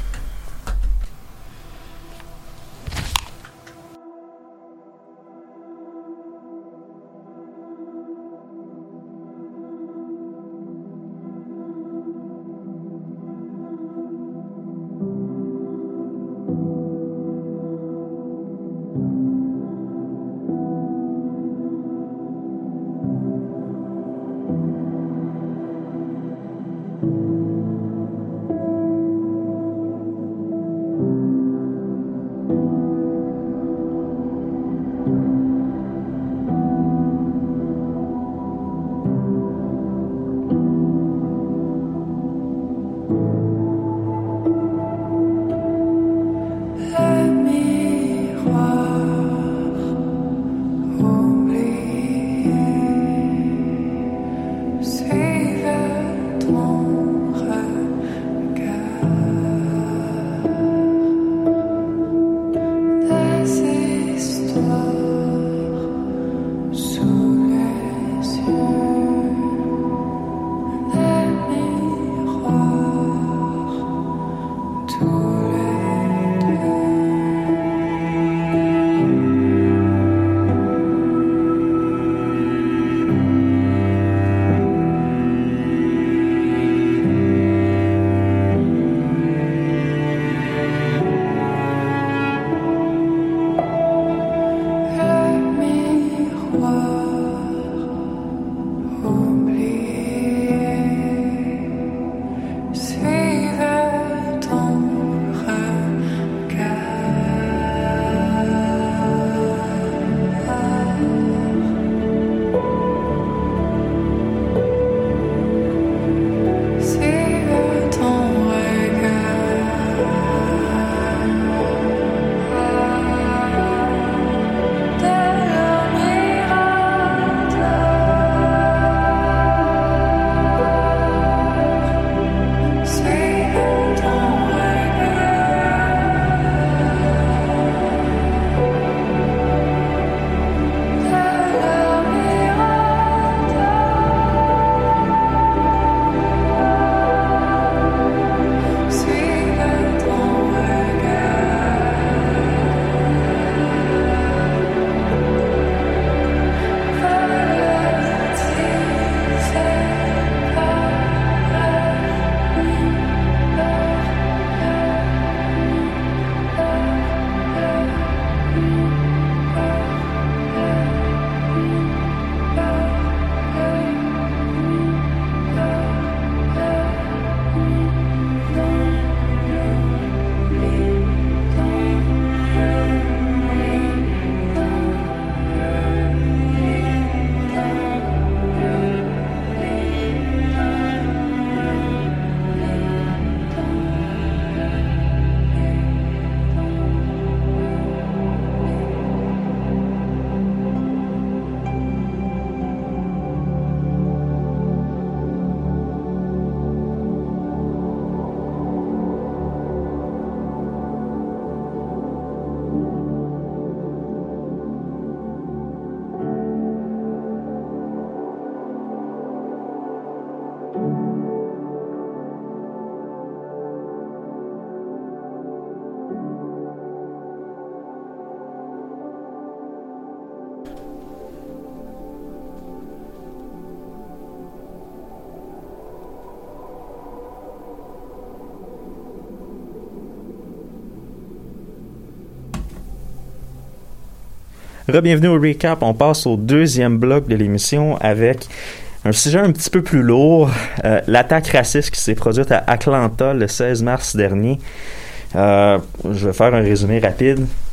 Re-bienvenue au recap. On passe au deuxième bloc de l'émission avec un sujet un petit peu plus lourd. Euh, l'attaque raciste qui s'est produite à Atlanta le seize mars dernier. Euh, je vais faire un résumé rapide.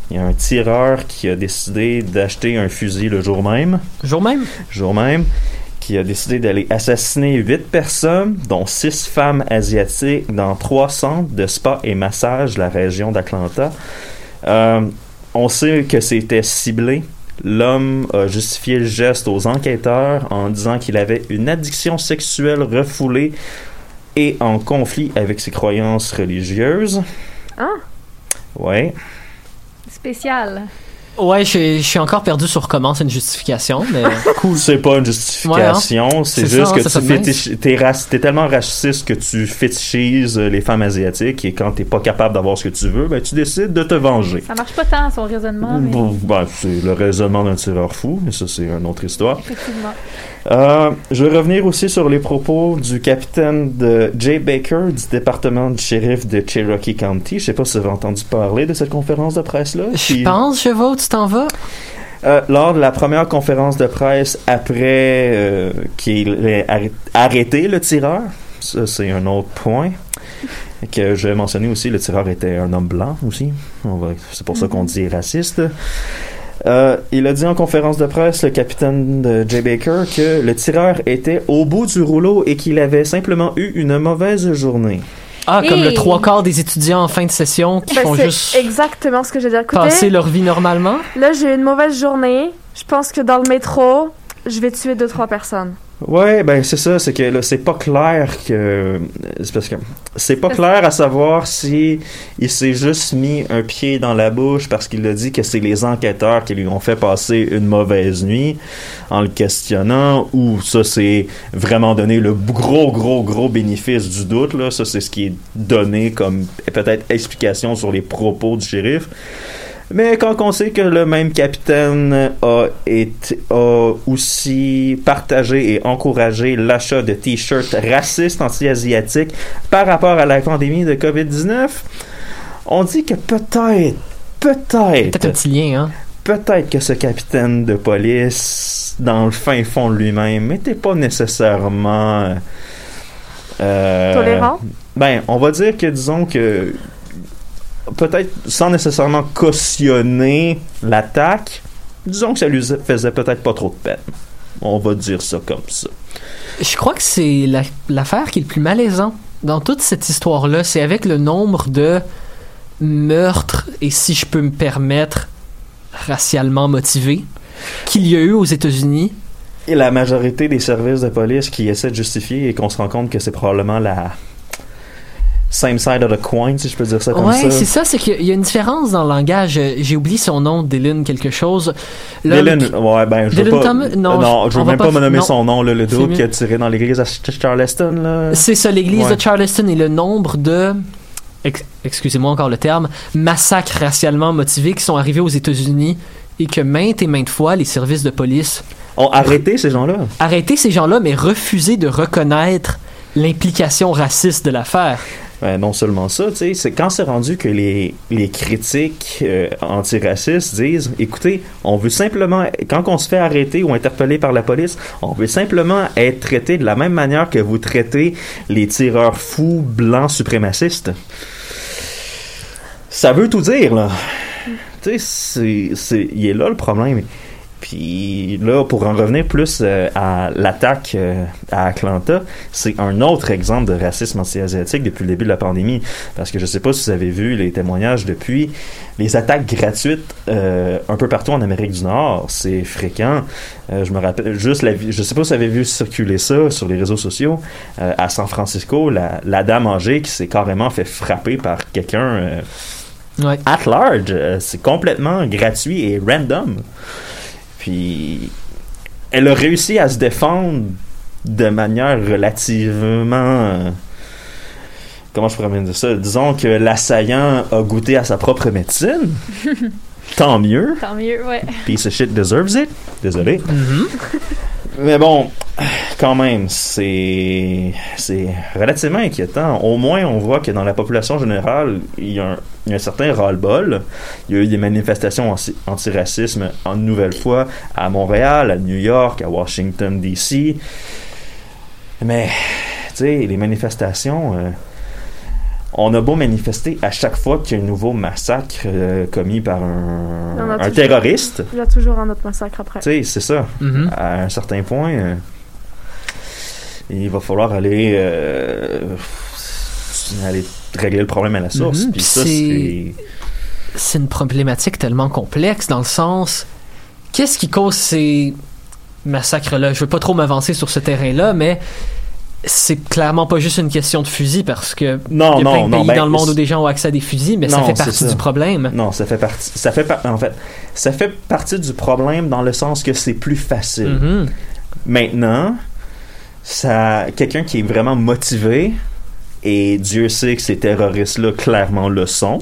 Il y a un tireur qui a décidé d'acheter un fusil le jour même. Jour même? Jour même. Qui a décidé d'aller assassiner huit personnes, dont six femmes asiatiques, dans trois centres de spa et massage de la région d'Atlanta. Euh, on sait que c'était ciblé. L'homme a justifié le geste aux enquêteurs en disant qu'il avait une addiction sexuelle refoulée et en conflit avec ses croyances religieuses. Ah! Ouais. Spécial. Ouais, je je suis encore perdu sur comment c'est une justification, mais cool. C'est pas une justification, Ouais, hein. c'est, C'est juste ça, que ça tu fait fétiches, t'es, rac- t'es tellement raciste que tu fétichises les femmes asiatiques et quand t'es pas capable d'avoir ce que tu veux, ben tu décides de te venger. Ça marche pas tant, son raisonnement, mais Bon, ben, c'est le raisonnement d'un tireur fou, mais ça c'est une autre histoire. effectivement. Euh, je vais revenir aussi sur les propos du capitaine de Jay Baker du département du shérif de Cherokee County. Je sais pas si vous avez entendu parler de cette conférence de presse-là. Je Puis, pense, je vois où tu t'en vas. euh, lors de la première conférence de presse après euh, qu'il ait arrê- arrêté le tireur, ça c'est un autre point que je vais mentionner aussi, le tireur était un homme blanc aussi. On va, c'est pour ça qu'on dit raciste. Euh, il a dit en conférence de presse, le capitaine de Jay Baker, que le tireur était au bout du rouleau et qu'il avait simplement eu une mauvaise journée. Ah, comme Hey. le trois quarts des étudiants en fin de session qui Ben, font c'est juste exactement ce que j'ai dit. Écoutez, passer leur vie normalement. là, j'ai eu une mauvaise journée. Je pense que dans le métro, je vais tuer deux, trois personnes. Ouais, ben c'est ça, c'est que là, c'est pas clair que... C'est parce que c'est pas clair à savoir si il s'est juste mis un pied dans la bouche parce qu'il a dit que c'est les enquêteurs qui lui ont fait passer une mauvaise nuit en le questionnant, ou ça c'est vraiment donné le gros, gros, gros bénéfice du doute, là. Ça c'est ce qui est donné comme peut-être explication sur les propos du shérif. Mais quand on sait que le même capitaine a, été, a aussi partagé et encouragé l'achat de t-shirts racistes anti-asiatiques par rapport à la pandémie de covid dix-neuf, on dit que peut-être, peut-être, Peut-être un petit lien, hein. peut-être que ce capitaine de police, dans le fin fond de lui-même, n'était pas nécessairement... Euh, Tolérant? Ben, on va dire que, disons que peut-être sans nécessairement cautionner l'attaque, disons que ça lui faisait peut-être pas trop de peine. On va dire ça comme ça. Je crois que c'est la- l'affaire qui est le plus malaisant dans toute cette histoire-là. C'est avec le nombre de meurtres, et si je peux me permettre, racialement motivés, qu'il y a eu aux États-Unis. Et la majorité des services de police qui essaient de justifier et qu'on se rend compte que c'est probablement la same side of the coin, si je peux dire ça comme Ouais, ça. c'est ça, c'est qu'il y a une différence dans le langage. Euh, J'ai oublié son nom, Dylan quelque chose. L'homme Dylan, qui- ouais, ben, je veux Dylan pas, Thomas? Non, non, je on veux va même pas pas me f- nommer non. son nom, là, le C'est doute mieux. qui a tiré dans l'église à Ch- Charleston, là. C'est ça, l'église Ouais. de Charleston, et le nombre de, ex- excusez-moi encore le terme, massacres racialement motivés qui sont arrivés aux États-Unis, et que maintes et maintes fois, les services de police Ont arrêté ces gens-là. arrêtaient ces gens-là, mais refusaient de reconnaître l'implication raciste de l'affaire. Ben, non seulement ça, tu sais, c'est quand c'est rendu que les, les critiques euh, antiracistes disent, écoutez, on veut simplement, quand on se fait arrêter ou interpeller par la police, on veut simplement être traité de la même manière que vous traitez les tireurs fous blancs suprémacistes. Ça veut tout dire, là. Tu sais, c'est, c'est, il est là le problème. Puis là, pour en revenir plus euh, à l'attaque euh, à Atlanta, c'est un autre exemple de racisme anti-asiatique depuis le début de la pandémie. Parce que je sais pas si vous avez vu les témoignages depuis, les attaques gratuites euh, un peu partout en Amérique du Nord, c'est fréquent. Euh, je me rappelle juste, la, je sais pas si vous avez vu circuler ça sur les réseaux sociaux, euh, à San Francisco, la, la dame âgée qui s'est carrément fait frapper par quelqu'un euh, Ouais. at large. Euh, c'est complètement gratuit et random. Puis, elle a réussi à se défendre de manière relativement... euh, comment je pourrais bien dire ça? Disons que l'assaillant a goûté à sa propre médecine. Tant mieux. Tant mieux, ouais. Piece of shit deserves it. Désolé. Mhm. Mais bon, quand même, c'est c'est relativement inquiétant. Au moins, on voit que dans la population générale, il y a un, il y a un certain ras-le-bol. Il y a eu des manifestations anti- antiracisme en nouvelle fois à Montréal, à New York, à Washington, D C. Mais, tu sais, les manifestations... euh, on a beau manifester à chaque fois qu'il y a un nouveau massacre euh, commis par un, un toujours, terroriste. Il y a toujours un autre massacre après. Tu sais, c'est ça. Mm-hmm. À un certain point, euh, il va falloir aller, euh, aller régler le problème à la source. Mm-hmm. Puis ça, c'est... c'est... c'est une problématique tellement complexe dans le sens... Qu'est-ce qui cause ces massacres-là? Je veux pas trop m'avancer sur ce terrain-là, mais c'est clairement pas juste une question de fusil parce que non, il y a non, plein de non, pays ben, dans le monde où des gens ont accès à des fusils, mais non, ça fait c'est partie ça. du problème. Non, ça fait partie... Ça fait par- en fait, ça fait partie du problème dans le sens que c'est plus facile. Mm-hmm. Maintenant, ça, quelqu'un qui est vraiment motivé, et Dieu sait que ces terroristes-là clairement le sont,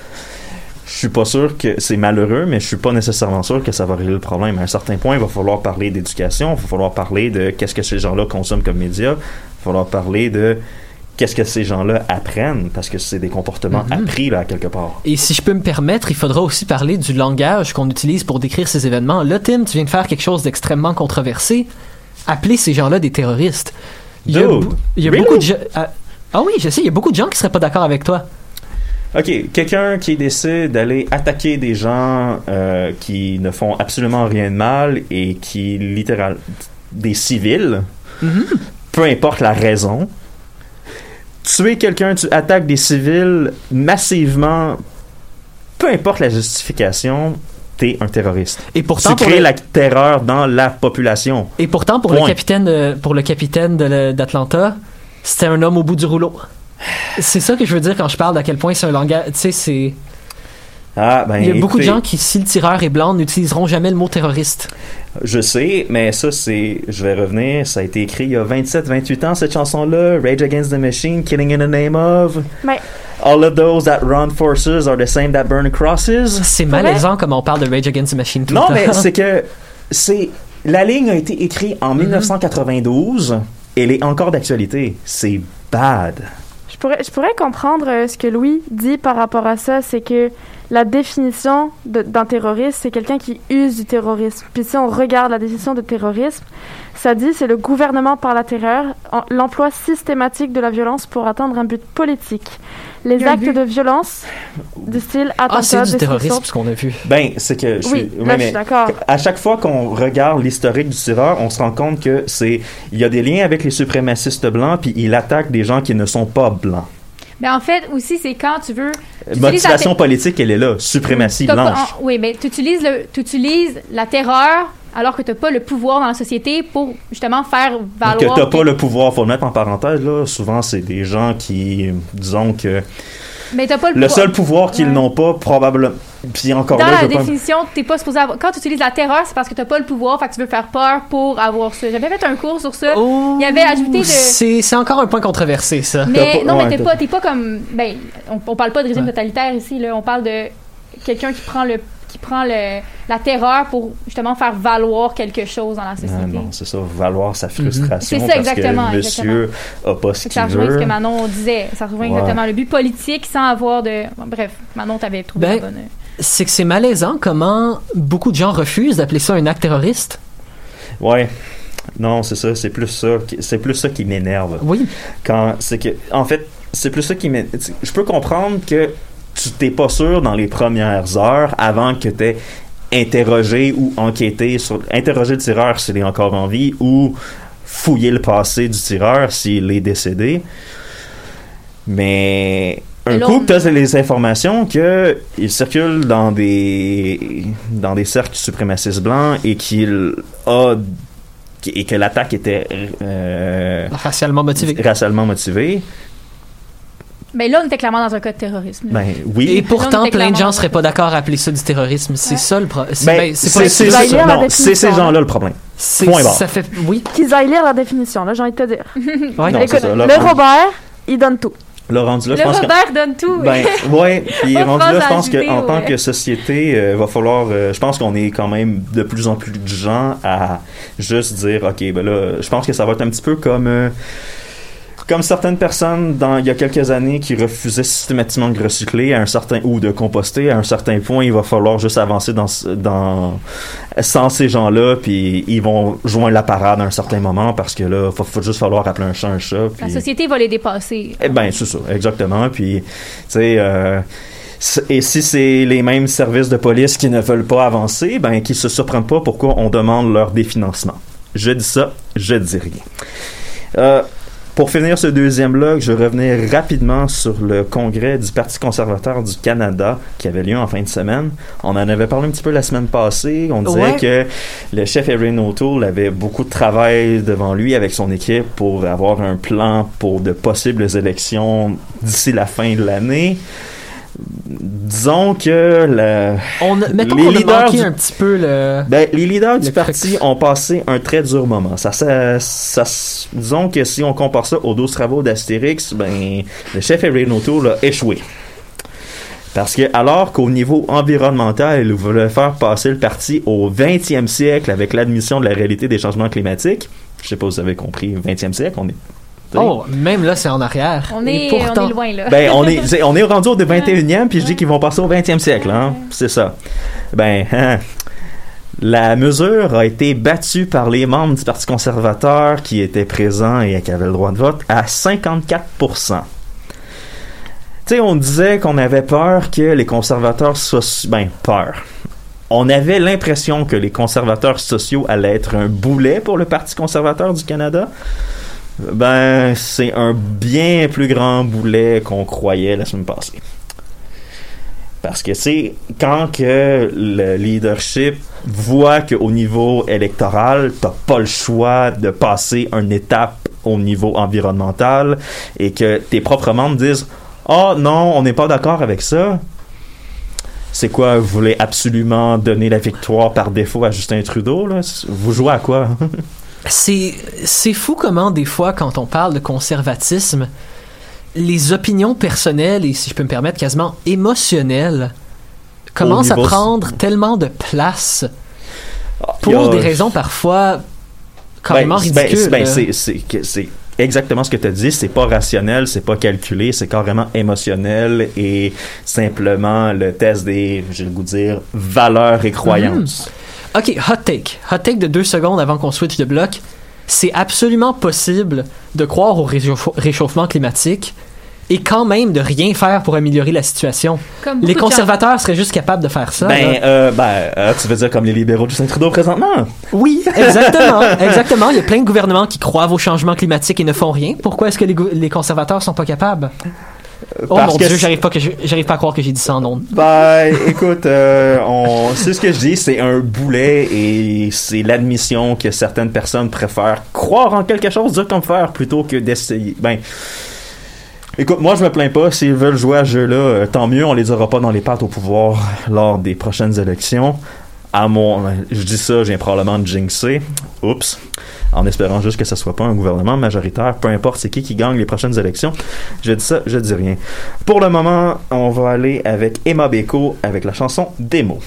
je suis pas sûr que c'est malheureux, mais je suis pas nécessairement sûr que ça va régler le problème. À un certain point, il va falloir parler d'éducation, il va falloir parler de qu'est-ce que ces gens-là consomment comme médias, il va falloir parler de qu'est-ce que ces gens-là apprennent, parce que c'est des comportements Mm-hmm. appris là, quelque part. Et si je peux me permettre, il faudra aussi parler du langage qu'on utilise pour décrire ces événements. Là, Tim, tu viens de faire quelque chose d'extrêmement controversé. Appeler ces gens-là des terroristes. Il y a, Dude, bou- il y a really? beaucoup de gens... Ah, ah oui, je sais, il y a beaucoup de gens qui seraient pas d'accord avec toi. OK, quelqu'un qui décide d'aller attaquer des gens euh, qui ne font absolument rien de mal et qui, littéralement, des civils, Mm-hmm. peu importe la raison, tuer quelqu'un, tu attaques des civils massivement, peu importe la justification, t'es un terroriste. Et pourtant, Tu pour crées le... la terreur dans la population. Et pourtant, pour Point. le capitaine, de- pour le capitaine de le- d'Atlanta, c'était un homme au bout du rouleau. C'est ça que je veux dire quand je parle d'à quel point c'est un langage. Tu sais, c'est. Ah, ben, Il y a beaucoup de écoutez, gens qui, si le tireur est blanc, n'utiliseront jamais le mot terroriste. Je sais, mais ça, c'est... Je vais revenir. Ça a été écrit il y a vingt-sept vingt-huit ans, cette chanson-là. Rage Against the Machine, Killing in the Name of. Mais All of those that run forces are the same that burn crosses. C'est vrai? malaisant comme on parle de Rage Against the Machine tout Non, le temps. mais c'est que... c'est La ligne a été écrite en dix-neuf cent quatre-vingt-douze. Elle est encore d'actualité. C'est bad. je pourrais, je pourrais comprendre euh, ce que Louis dit par rapport à ça, c'est que la définition de- d'un terroriste, c'est quelqu'un qui use du terrorisme. Puis si on regarde la définition de terrorisme, ça dit c'est le gouvernement par la terreur, en- l'emploi systématique de la violence pour atteindre un but politique. Les Il y a un actes but. de violence du style Ah, c'est attentat, du terrorisme, destruction. ce qu'on a vu. Ben, c'est que... Je Oui, suis... là, ouais, je mais suis d'accord. à chaque fois qu'on regarde l'historique du tireur, on se rend compte que c'est... Il y a des liens avec les suprémacistes blancs, puis il attaque des gens qui ne sont pas blancs. Ben, en fait, aussi, c'est quand tu veux. tu utilises Motivation la te- politique, elle est là. Suprématie t'as pas- blanche. en- oui, mais tu utilises, le, tu utilises la terreur alors que tu n'as pas le pouvoir dans la société pour justement faire valoir. Que t'as tes- pas le pouvoir, faut le mettre en parenthèse, là. Souvent, c'est des gens qui, disons que Mais t'as pas le, le pouvoir. seul pouvoir qu'ils Ouais. n'ont pas, probablement. Puis encore Dans là, la je veux pas- définition, t'es pas supposé avoir. Quand tu utilises la terreur, c'est parce que t'as pas le pouvoir, fait que tu veux faire peur pour avoir ça. J'avais fait un cours sur ça. Oh, Il y avait ajouté de- C'est, c'est encore un point controversé, ça. Mais T'as pas- non, ouais, mais t'es t'as- pas, t'es pas comme. Ben, on, on parle pas de régime Ouais. totalitaire ici, là. On parle de quelqu'un qui prend le qui prend le, la terreur pour justement faire valoir quelque chose dans la société. Ah, non, c'est ça, valoir sa frustration. C'est ça, parce exactement, que monsieur a pas ce Fait que ça qu'il rejoint ce veut. que Manon disait. Ça rejoint Ouais. exactement le but politique sans avoir de. Bon, bref, Manon, t'avais trouvé Ben, la bonne. C'est que c'est malaisant comment beaucoup de gens refusent d'appeler ça un acte terroriste. Ouais. Non, c'est ça, c'est plus ça, qui- c'est plus ça qui m'énerve. Oui. Quand c'est que, en fait, c'est plus ça qui m'énerve. Je peux comprendre que tu t'es pas sûr dans les premières heures avant que t'aies interrogé ou enquêté sur, interroger le tireur s'il est encore en vie ou fouiller le passé du tireur s'il est décédé. Mais un Mais là, coup on- que t'as les informations que il circule dans des dans des cercles suprémacistes blancs et qu'il a et que l'attaque était euh, Racialement motivé. racialement motivée, Mais là, on était clairement dans un cas de terrorisme. là. ben oui. Et pourtant, Là, on était plein de gens clairement- seraient pas d'accord à appeler ça du terrorisme. C'est Ouais. ça le problème. C'est, Ben, ben, c'est c'est pas- c'est- Tu vas c'est- lire la non, c'est ces définition, gens-là le problème. c'est- point barre. ça fait, oui. Qu'ils aillent lire la définition, là, j'ai envie de te dire. Ouais. Non, Écoute, c'est ça, là, le on- Robert, il donne tout. Là, rendu là, je Le pense que Robert donne tout. ben ouais, puis Autre rendu là, phrase je pense à ajouter, qu'en tant ouais. que société, euh, va falloir, euh, je pense qu'on est quand même de plus en plus de gens à juste dire, ok, ben là, je pense que ça va être un petit peu comme, euh, comme certaines personnes dans il y a quelques années qui refusaient systématiquement de recycler à un certain ou de composter, à un certain point, il va falloir juste avancer dans dans sans ces gens-là, puis ils vont joindre la parade à un certain moment parce que là, faut, faut juste falloir appeler un chat un chat. Puis... La société va les dépasser. Eh ben, c'est ça, exactement. Puis, tu sais. Euh, Et si c'est les mêmes services de police qui ne veulent pas avancer, ben qu'ils se surprennent pas pourquoi on demande leur définancement. Je dis ça, je dis rien. Euh, pour finir ce deuxième bloc, je revenais rapidement sur le congrès du Parti conservateur du Canada qui avait lieu en fin de semaine. On en avait parlé un petit peu la semaine passée. On disait ouais. que le chef Erin O'Toole avait beaucoup de travail devant lui avec son équipe pour avoir un plan pour de possibles élections d'ici la fin de l'année. Disons que la, on, mettons les qu'on leaders a manqué du, un petit peu le, ben, les leaders du le parti truc. ont passé un très dur moment. Ça, ça, ça, disons que si on compare ça aux douze travaux d'Astérix, ben, le chef Erin O'Toole a échoué. Parce que alors qu'au niveau environnemental, il voulait faire passer le parti au vingtième siècle avec l'admission de la réalité des changements climatiques, je sais pas si vous avez compris, vingtième siècle, on est oh, même là, c'est en arrière. On est, pourtant, on est loin, là. Ben, on est, on est rendu au vingt et unième, puis je dis qu'ils vont passer au vingtième siècle, hein. C'est ça. Ben, hein. La mesure a été battue par les membres du Parti conservateur qui étaient présents et qui avaient le droit de vote à cinquante-quatre pour cent. Tu sais, on disait qu'on avait peur que les conservateurs soient... Ben, peur. On avait l'impression que les conservateurs sociaux allaient être un boulet pour le Parti conservateur du Canada. Ben, c'est un bien plus grand boulet qu'on croyait la semaine passée. Parce que, tu sais, quand que le leadership voit qu'au niveau électoral, t'as pas le choix de passer une étape au niveau environnemental et que tes propres membres disent « Ah, oh, non, on n'est pas d'accord avec ça », c'est quoi, vous voulez absolument donner la victoire par défaut à Justin Trudeau, là? Vous jouez à quoi? C'est, c'est fou comment, des fois, quand on parle de conservatisme, les opinions personnelles, et si je peux me permettre, quasiment émotionnelles, commencent niveau... à prendre tellement de place pour a... des raisons parfois carrément ben, ridicules. Ben, c'est, c'est, c'est, c'est exactement ce que tu as dit. C'est pas rationnel, c'est pas calculé, c'est carrément émotionnel et simplement le test des, j'ai le goût de dire, valeurs et croyances. Mmh. OK, hot take. Hot take de deux secondes avant qu'on switch de bloc. C'est absolument possible de croire au réchauffe- réchauffement climatique et quand même de rien faire pour améliorer la situation. Les conservateurs seraient juste capables de faire ça. Ben, euh, ben euh, tu veux dire comme les libéraux de Justin Trudeau présentement? Oui, exactement. exactement. Il y a plein de gouvernements qui croient au changement climatique et ne font rien. Pourquoi est-ce que les, go- les conservateurs sont pas capables? Oh Parce mon Dieu, j'arrive pas, que je, j'arrive pas à croire que j'ai dit ça en ondes. Ben, écoute, euh, on, c'est ce que je dis, c'est un boulet et c'est l'admission que certaines personnes préfèrent croire en quelque chose, dire comme faire, plutôt que d'essayer. Ben, écoute, moi je me plains pas, s'ils veulent jouer à ce jeu-là, euh, tant mieux, on les aura pas dans les pattes au pouvoir lors des prochaines élections. À mon, je dis ça, j'ai probablement jinxé. Oups. En espérant juste que ce soit pas un gouvernement majoritaire, peu importe c'est qui qui gagne les prochaines élections. Je dis ça, je dis rien. Pour le moment, on va aller avec Emma Beko avec la chanson Démo.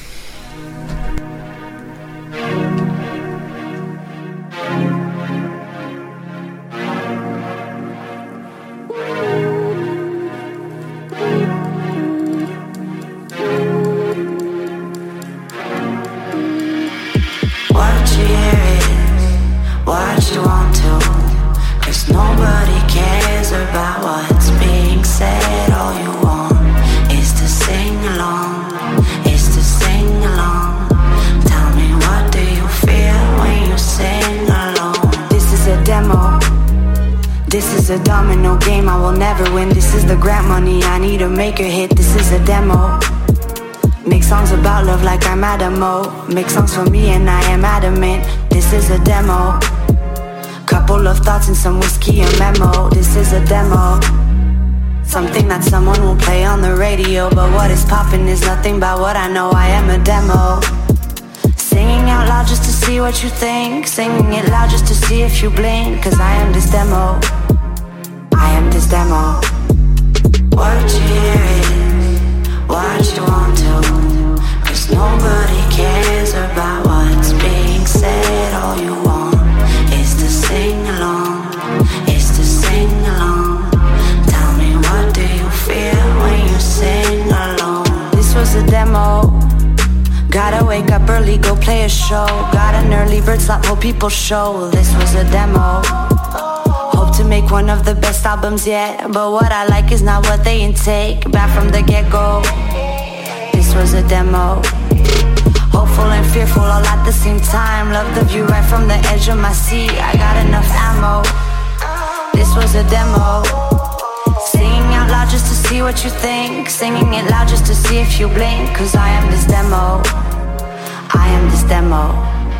This is a domino game, I will never win. This is the grant money, I need to make a hit. This is a demo. Make songs about love like I'm Adamo. Make songs for me and I am adamant. This is a demo. Couple of thoughts and some whiskey and memo. This is a demo. Something that someone will play on the radio. But what is poppin' is nothing but what I know. I am a demo. Singing out loud just to see what you think. Singing it loud just to see if you blink. Cause I am this demo. I am this demo. What you hearing? What you want to? Cause nobody cares about what's being said. All you want is to sing along. Is to sing along. Gotta wake up early, go play a show. Got an early bird slot, hope people show. This was a demo. Hope to make one of the best albums yet. But what I like is not what they intake. Back from the get-go. This was a demo. Hopeful and fearful all at the same time. Love the view right from the edge of my seat. I got enough ammo. This was a demo. Singing out loud just to see what you think. Singing it loud just to see if you blink. Cause I am this demo. I am this demo.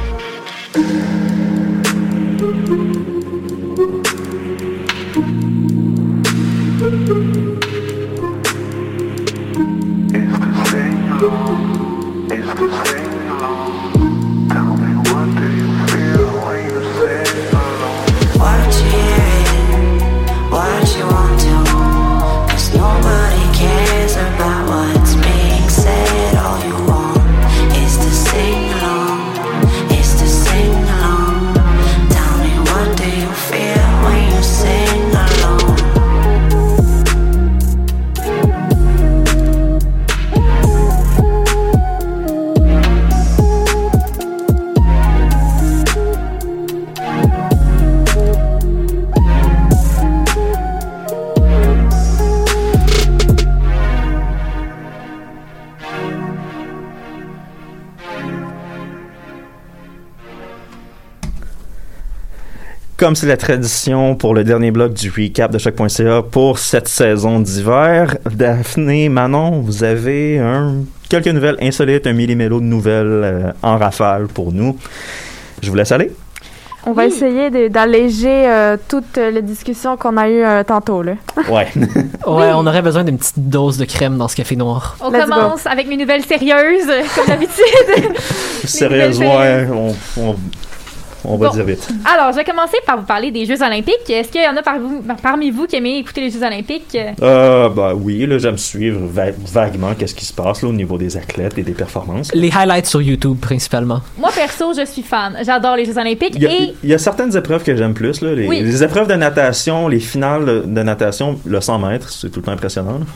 Comme c'est la tradition pour le dernier bloc du recap de choc.ca pour cette saison d'hiver, Daphné, Manon, vous avez un, quelques nouvelles insolites, un millimélo de nouvelles euh, en rafale pour nous. Je vous laisse aller. On va oui. essayer de, d'alléger euh, toutes les discussions qu'on a eues euh, tantôt. Là. Ouais. ouais, oui. On aurait besoin d'une petite dose de crème dans ce café noir. On Let's commence go. Avec mes nouvelles sérieuses, comme d'habitude. Sérieuses, ouais. On, on, on va bon. dire vite. Alors, je vais commencer par vous parler des Jeux olympiques. Est-ce qu'il y en a par vous, parmi vous qui aimez écouter les Jeux olympiques? Euh, bah oui, là, j'aime suivre va- vaguement qu'est-ce qui se passe là, au niveau des athlètes et des performances. Les highlights sur YouTube, principalement. Moi, perso, je suis fan. J'adore les Jeux olympiques. Il y a, et... il y a certaines épreuves que j'aime plus. Là, les, oui. les épreuves de natation, les finales de natation, le cent mètres, c'est tout le temps impressionnant. Là.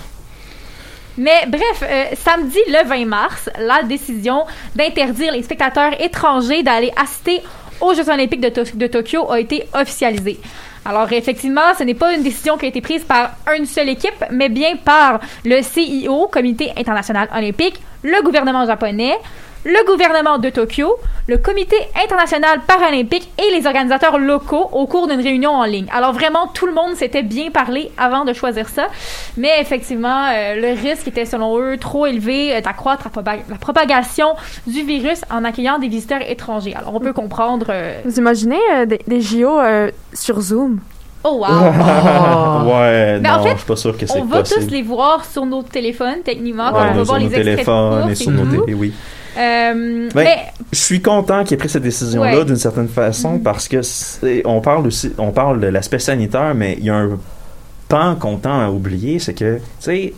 Mais bref, euh, samedi le vingt mars, la décision d'interdire les spectateurs étrangers d'aller assister aux Jeux olympiques de, to- de Tokyo a été officialisée. Alors effectivement, ce n'est pas une décision qui a été prise par une seule équipe, mais bien par le C I O, Comité international olympique, le gouvernement japonais, le gouvernement de Tokyo, le Comité international paralympique et les organisateurs locaux au cours d'une réunion en ligne. Alors vraiment, tout le monde s'était bien parlé avant de choisir ça, mais effectivement, euh, le risque était selon eux trop élevé d'accroître la, propag- la propagation du virus en accueillant des visiteurs étrangers. Alors on peut comprendre... Euh... Vous imaginez euh, des, des J O euh, sur Zoom? Oh wow! Oh. Ouais, mais non, en fait, je suis pas sûr que c'est on va possible. tous les voir sur nos téléphones, techniquement, ouais, quand on va voir les extraits de course et sur nos télé, oui. Euh, ben, mais je suis content qu'il ait pris cette décision-là ouais. d'une certaine façon mm-hmm. parce que c'est, on parle aussi, on parle de l'aspect sanitaire, mais il y a un pan qu'on tend à oublier, c'est que, tu sais,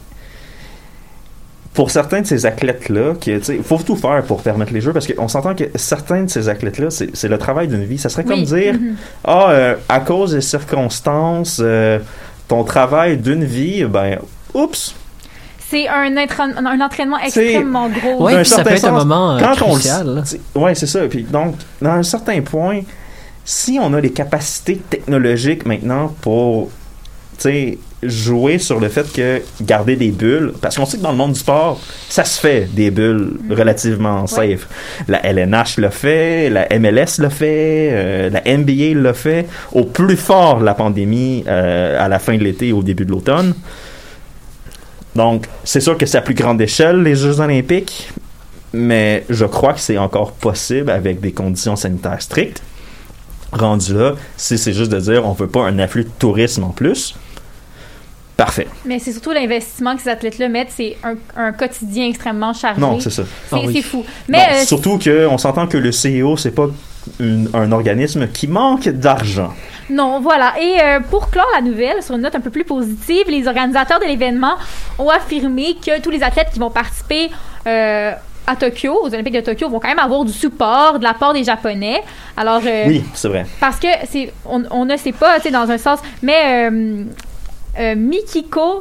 pour certains de ces athlètes-là, il faut tout faire pour permettre les jeux, parce qu'on s'entend que certains de ces athlètes-là, c'est, c'est le travail d'une vie. Ça serait comme oui. dire, mm-hmm. ah, euh, à cause des circonstances, euh, ton travail d'une vie, ben, oups. C'est un, entra- un entraînement extrêmement c'est, gros. Oui, puis ça peut être sens, un moment euh, quand crucial. Oui, c'est ça. Puis donc, dans un certain point, si on a les capacités technologiques maintenant pour, tu sais, jouer sur le fait que garder des bulles, parce qu'on sait que dans le monde du sport, ça se fait des bulles mmh. relativement safe. Ouais. La L N H l'a fait, la M L S l'a fait, euh, la N B A l'a fait, au plus fort de la pandémie euh, à la fin de l'été et au début de l'automne. Donc, c'est sûr que c'est à plus grande échelle, les Jeux olympiques, mais je crois que c'est encore possible avec des conditions sanitaires strictes. Rendu là, si c'est juste de dire on veut pas un afflux de tourisme en plus, parfait. Mais c'est surtout l'investissement que ces athlètes-là mettent, c'est un, un quotidien extrêmement chargé. Non, c'est ça. C'est, ah, oui. c'est fou. Mais bon, euh, surtout qu'on s'entend que le C I O, c'est pas une, un organisme qui manque d'argent. Non, voilà. Et euh, pour clore la nouvelle, sur une note un peu plus positive, les organisateurs de l'événement ont affirmé que tous les athlètes qui vont participer euh, à Tokyo, aux Olympiques de Tokyo, vont quand même avoir du support de la part des Japonais. Alors, euh, oui, c'est vrai. Parce que c'est, on, on ne sait pas, tu sais, dans un sens, mais euh, euh, Mikiko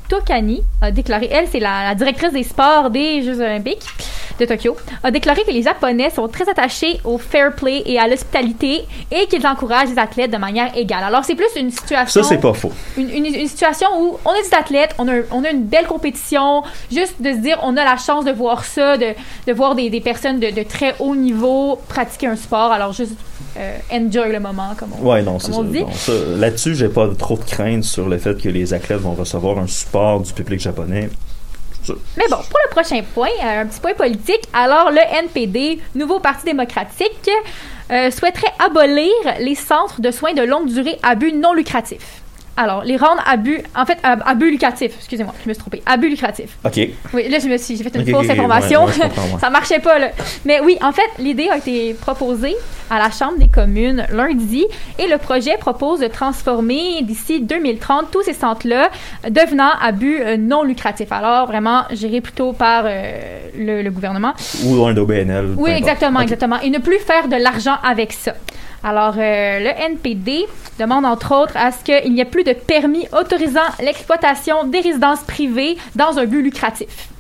Tokani a déclaré, elle, c'est la, la directrice des sports des Jeux olympiques de Tokyo, a déclaré que les Japonais sont très attachés au fair play et à l'hospitalité et qu'ils encouragent les athlètes de manière égale. Alors, c'est plus une situation... Ça, c'est pas faux. Une, une, une situation où on a des athlètes, on a, on a une belle compétition, juste de se dire, on a la chance de voir ça, de, de voir des, des personnes de, de très haut niveau pratiquer un sport. Alors, juste euh, enjoy le moment, comme on, ouais, non, comme c'est on ça. dit. Non, ça. Là-dessus, j'ai pas trop de crainte sur le fait que les athlètes vont recevoir un support du public japonais. Mais bon, pour le prochain point, euh, un petit point politique, alors le N P D, nouveau parti démocratique, euh, souhaiterait abolir les centres de soins de longue durée à but non lucratif. Alors, les rendre à but, en fait, à, à but lucratif, excusez-moi, je me suis trompée, à but lucratif. OK. Oui, là, je me suis, j'ai fait une okay, fausse okay, information. ouais, ouais, comprends, ouais. Ça marchait pas, là. Mais oui, en fait, l'idée a été proposée à la Chambre des communes lundi et le projet propose de transformer d'ici deux mille trente tous ces centres-là devenant à but euh, non lucratif. Alors, vraiment, géré plutôt par euh, le, le gouvernement. Ou un O B N L. Oui, exactement, okay. exactement. Et ne plus faire de l'argent avec ça. Alors, euh, le N P D demande entre autres à ce qu'il n'y ait plus de permis autorisant l'exploitation des résidences privées dans un but lucratif.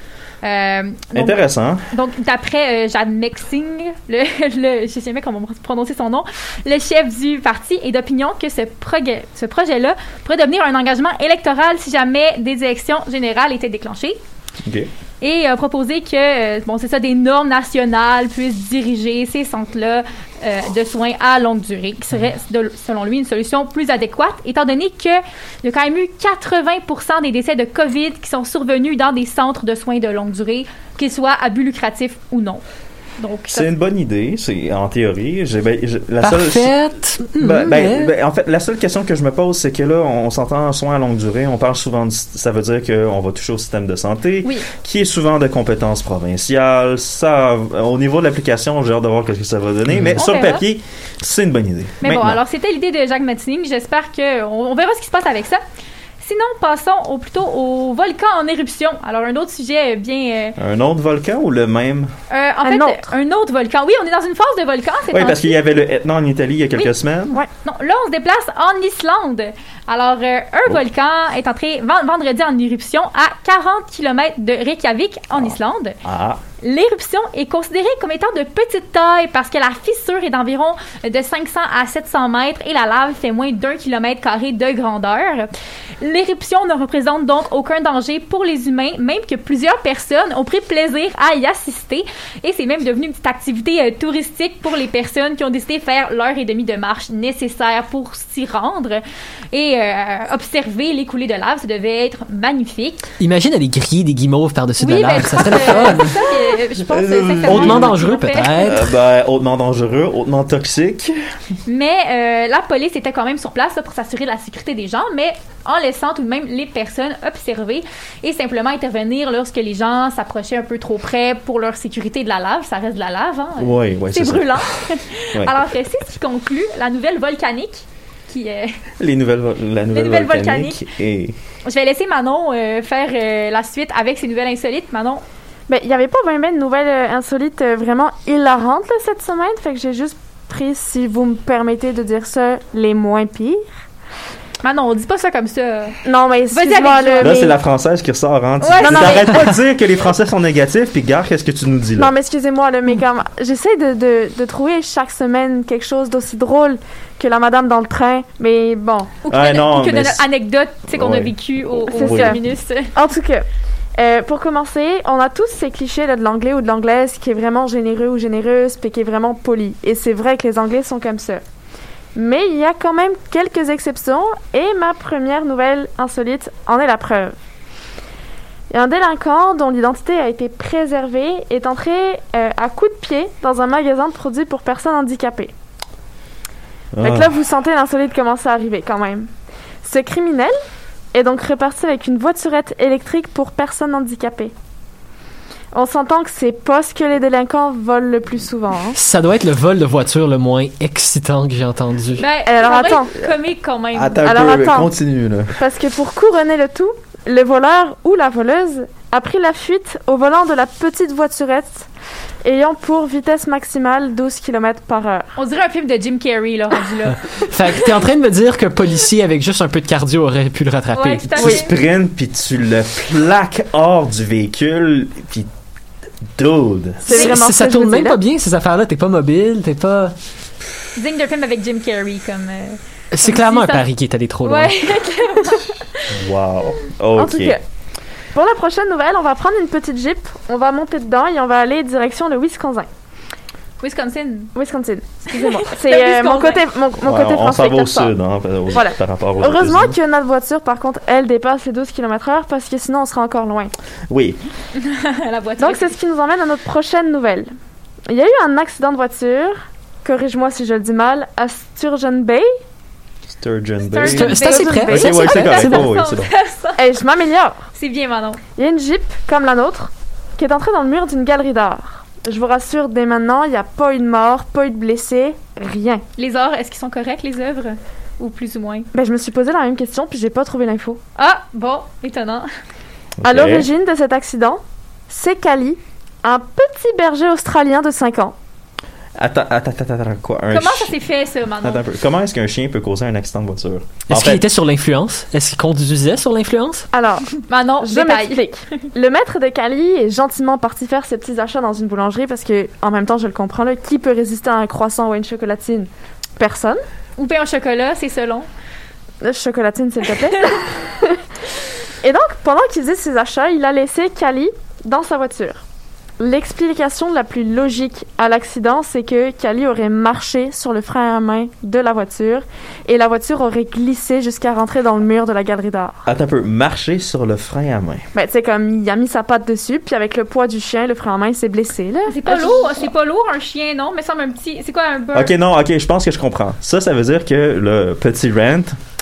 Euh, donc, Intéressant. Donc, d'après euh, Jad Mexing, le, le, je sais jamais comment prononcer son nom, le chef du parti est d'opinion que ce, prog- ce projet-là pourrait devenir un engagement électoral si jamais des élections générales étaient déclenchées. OK. Et euh, proposer que, euh, bon, c'est ça, des normes nationales puissent diriger ces centres-là euh, de soins à longue durée, qui serait, de, selon lui, une solution plus adéquate, étant donné qu'il y a quand même eu quatre-vingts pour cent des décès de COVID qui sont survenus dans des centres de soins de longue durée, qu'ils soient à but lucratif ou non. Donc, ça, c'est une bonne idée, c'est en théorie. J'ai, ben, j'ai, la Parfaite. Seule, ben, ben, ben, en fait, la seule question que je me pose, c'est que là, on, on s'entend en soins à longue durée. On parle souvent, de, ça veut dire qu'on va toucher au système de santé, oui. qui est souvent de compétences provinciales. Ça, au niveau de l'application, j'ai hâte de voir ce que ça va donner. Mmh. Mais on sur verra. papier, c'est une bonne idée. Mais Maintenant. bon, alors c'était l'idée de Jacques Metzing. J'espère qu'on on verra ce qui se passe avec ça. Sinon, passons au, plutôt au volcan en éruption. Alors, un autre sujet bien... Euh, un autre volcan ou le même? Euh, en un fait, autre. un autre volcan. Oui, on est dans une phase de volcan. C'est oui, parce qu'il y avait le Etna en Italie il y a quelques oui. semaines. Ouais. Non, là, on se déplace en Islande. Alors, euh, un oh. volcan est entré v- vendredi en éruption à quarante kilomètres de Reykjavik, en ah. Islande. Ah. L'éruption est considérée comme étant de petite taille parce que la fissure est d'environ de cinq cents à sept cents mètres et la lave fait moins d'un kilomètre carré de grandeur. L'éruption ne représente donc aucun danger pour les humains, même que plusieurs personnes ont pris plaisir à y assister et c'est même devenu une petite activité euh, touristique pour les personnes qui ont décidé de faire l'heure et demie de marche nécessaire pour s'y rendre et euh, observer les coulées de lave. Ça devait être magnifique. Imagine aller griller des guimauves par-dessus Oui, de la lave, ben, ça serait le fun. C'est ça que je pense Euh, sincèrement, Hautement qu'ils dangereux, ont fait. peut-être. Euh, ben, hautement dangereux, hautement toxique. Mais euh, la police était quand même sur place là, pour s'assurer de la sécurité des gens, mais en laissant tout de même les personnes observer et simplement intervenir lorsque les gens s'approchaient un peu trop près pour leur sécurité de la lave. Ça reste de la lave, hein? Oui, oui, c'est, c'est brûlant. Ouais. Alors, c'est ce qui conclut la nouvelle volcanique. Qui, euh, Les nouvelles, la nouvelle nouvelles volcanique. Et... Je vais laisser Manon euh, faire euh, la suite avec ses nouvelles insolites. Manon. Ben, il n'y avait pas vraiment de nouvelles euh, insolites euh, vraiment hilarantes là, cette semaine, fait que j'ai juste pris, si vous me permettez de dire ça, les moins pires. Manon, on dit pas ça comme ça. Non, mais Vas-y excuse-moi, avec là, Là, mais... c'est la Française qui ressort, hein. Ouais, tu non, non, t'arrêtes mais- pas de dire que les Français sont négatifs, puis regarde, qu'est-ce que tu nous dis là? Non, mais excusez-moi, là, mais comme... J'essaie de, de, de trouver chaque semaine quelque chose d'aussi drôle que la madame dans le train, mais bon. Ou que, Ah, de- non, ou que de mais notre c'est- anecdote tu sais, qu'on a Ouais. vécu au, au C'est ça. terminus. En tout cas, euh, pour commencer, on a tous ces clichés là, de l'anglais ou de l'anglaise qui est vraiment généreux ou généreuse, puis qui est vraiment poli. Et c'est vrai que les anglais sont comme ça. Mais il y a quand même quelques exceptions, et ma première nouvelle insolite en est la preuve. Il y a un délinquant dont l'identité a été préservée est entré euh, à coups de pied dans un magasin de produits pour personnes handicapées. Fait que là, vous sentez l'insolite commencer à arriver quand même. Ce criminel est donc reparti avec une voiturette électrique pour personnes handicapées. On s'entend que c'est pas ce que les délinquants volent le plus souvent. Hein? Ça doit être le vol de voiture le moins excitant que j'ai entendu. Ben, Alors, ça va attends. être comique quand même. Attends un Alors, peu, attends. continue, là. Parce que pour couronner le tout, le voleur ou la voleuse a pris la fuite au volant de la petite voiturette ayant pour vitesse maximale douze kilomètres par heure. On dirait un film de Jim Carrey, là, rendu là. Fait que t'es en train de me dire qu'un policier avec juste un peu de cardio aurait pu le rattraper. Ouais, tout à Tu fait. sprints, puis tu le plaques hors du véhicule, puis dude. C'est C'est- vraiment c'est- ça ce que je tourne vous même dis, pas là. bien, ces affaires-là. T'es pas mobile, t'es pas... Digne d'un film avec Jim Carrey, comme... euh, C'est Comme clairement si un ça- pari qui est allé trop loin. Ouais, Wow. En Ok. tout cas, pour la prochaine nouvelle, on va prendre une petite Jeep, on va monter dedans et on va aller direction le Wisconsin. Wisconsin. Wisconsin, excusez-moi. C'est Le euh, mon Wisconsin. côté, mon, mon Ouais, côté on français. s'en va qui au ressort. sud, hein, aux- Voilà. par rapport aux Heureusement États-Unis. que notre voiture, par contre, elle dépasse les douze kilomètres heure parce que sinon on sera encore loin. Oui. La voiture. Donc c'est ce qui nous emmène à notre prochaine nouvelle. Il y a eu un accident de voiture, corrige-moi si je le dis mal, à Sturgeon Bay. Sturgeon Bay. Sturgeon C'est c'est assez près. Ok, Ok, C'est ouais, assez c'est près. correct. C'est bon. Oh, oui, c'est bon. Et je m'améliore. C'est bien, Manon. Il y a une Jeep, comme la nôtre, qui est entrée dans le mur d'une galerie d'art. Je vous rassure, dès maintenant, il n'y a pas eu de mort, pas eu de blessés, rien. Les arts, est-ce qu'ils sont corrects, les œuvres? Ou plus ou moins? Ben, je me suis posé la même question, puis j'ai pas trouvé l'info. Ah, bon, étonnant. À Ok. l'origine de cet accident, c'est Cali, un petit berger australien de cinq ans. Attends, attends, attends, attends, quoi? Un Comment chi- ça s'est fait, ça, Manon? Attends un peu. Comment est-ce qu'un chien peut causer un accident de voiture? Est-ce En qu'il fait, était sur l'influence? Est-ce qu'il conduisait sur l'influence? Alors, Manon, je détail. m'explique. Le maître de Cali est gentiment parti faire ses petits achats dans une boulangerie parce que, en même temps, je le comprends, là, qui peut résister à un croissant ou à une chocolatine? Personne. Ou pain au chocolat, c'est selon. Euh, Chocolatine, s'il te plaît. Et donc, pendant qu'il faisait ses achats, il a laissé Cali dans sa voiture. L'explication la plus logique à l'accident, c'est que Cali aurait marché sur le frein à main de la voiture et la voiture aurait glissé jusqu'à rentrer dans le mur de la galerie d'art. attends un peu. Marcher sur le frein à main. Ben, tu sais, comme il a mis sa patte dessus, puis avec le poids du chien, le frein à main s'est blessé, là. C'est pas lourd, c'est pas lourd, un chien, non? Mais ça semble un petit... C'est quoi, un bird? Ok, non, ok, je pense que je comprends. Ça, ça veut dire que le petit rant,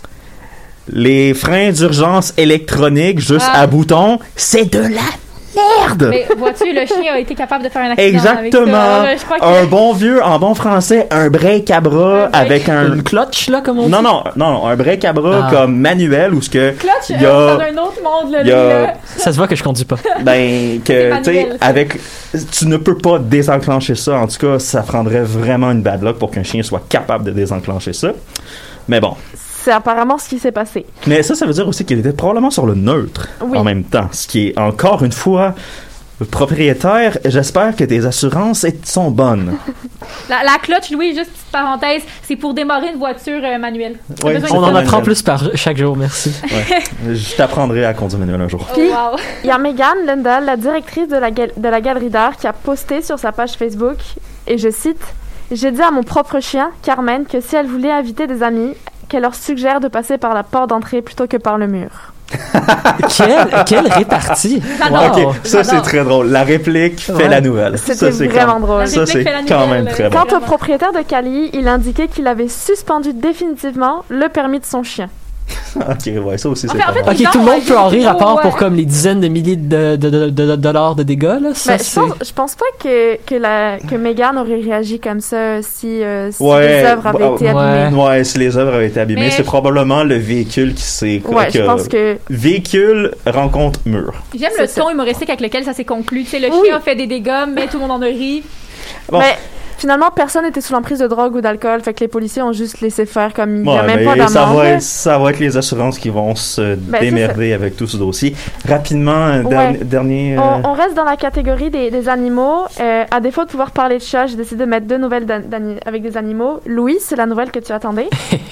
les freins d'urgence électroniques juste Ah. à bouton, c'est de la merde! Mais vois-tu, le chien a été capable de faire un accident Exactement. avec ça. Je crois que... Un bon vieux, en bon français, un break à bras Un break. avec un... Une clutch, là, comme on dit? Non, non, non, non, un break à bras Ah. comme manuel où ce que... Clutch, il y a- euh, dans un autre monde, là, il y a- lui, là. Ça se voit que je conduis pas. Ben, C'est que, tu sais, manuel, ça. avec... Tu ne peux pas désenclencher ça. En tout cas, ça prendrait vraiment une bad luck pour qu'un chien soit capable de désenclencher ça. Mais bon. C'est apparemment ce qui s'est passé. Mais ça, ça veut dire aussi qu'il était probablement sur le neutre Oui. en même temps. Ce qui est, encore une fois, propriétaire, j'espère que tes assurances sont bonnes. La, la clutch, Louis, juste petite parenthèse, c'est pour démarrer une voiture euh, manuelle. T'as Ouais, besoin c'est On de en manuel. apprend plus par chaque jour, merci. Ouais. Je t'apprendrai à conduire manuel un jour. Oh, Puis- wow. Il y a Megan Lendal, la directrice de la, gal- de la galerie d'art, qui a posté sur sa page Facebook, et je cite, « J'ai dit à mon propre chien, Carmen, que si elle voulait inviter des amis, qu'elle leur suggère de passer par la porte d'entrée plutôt que par le mur. Quelle, quelle répartie! J'adore. Wow. Ok, ça c'est J'adore. très drôle. La réplique fait Ouais. la nouvelle. C'était Ça, c'est vraiment quand... drôle. La Ça réplique c'est fait la quand nouvelle. même très bon. Quant au Vraiment. propriétaire de Cali, il indiquait qu'il avait suspendu définitivement le permis de son chien. Ok, ouais, ça aussi En c'est fait- en pas fait, mal. Ok, Les tout le gens, monde peut en ouais, rire à part ouais. pour comme les dizaines de milliers de, de, de, de- de dollars de dégâts, là. Ça, Ben, je, c'est... pense, je pense pas que, que, la, que Megan aurait réagi comme ça si, euh, si Ouais, les œuvres avaient bah, été ouais. abîmées. Ouais, si les œuvres avaient été abîmées, Mais- c'est probablement le véhicule qui s'est... Ouais, je que- pense que... Véhicule rencontre mur. J'aime C'est le ça. ton humoristique avec lequel ça s'est conclu. Tu sais, le Oui. chien a fait des dégâts, mais tout le monde en a ri. Bon. Mais finalement, personne n'était sous l'emprise de drogue ou d'alcool, fait que les policiers ont juste laissé faire comme il n'y a Ouais, même ben, pas ça, d'amende. va être, ça va être les assurances qui vont se Ben, démerder avec tout ce dossier. Rapidement, un Ouais. dernier... dernier, euh, On, on reste dans la catégorie des, des animaux. Euh, à défaut de pouvoir parler de chat, j'ai décidé de mettre deux nouvelles d'an- d'ani- avec des animaux. Louis, c'est la nouvelle que tu attendais.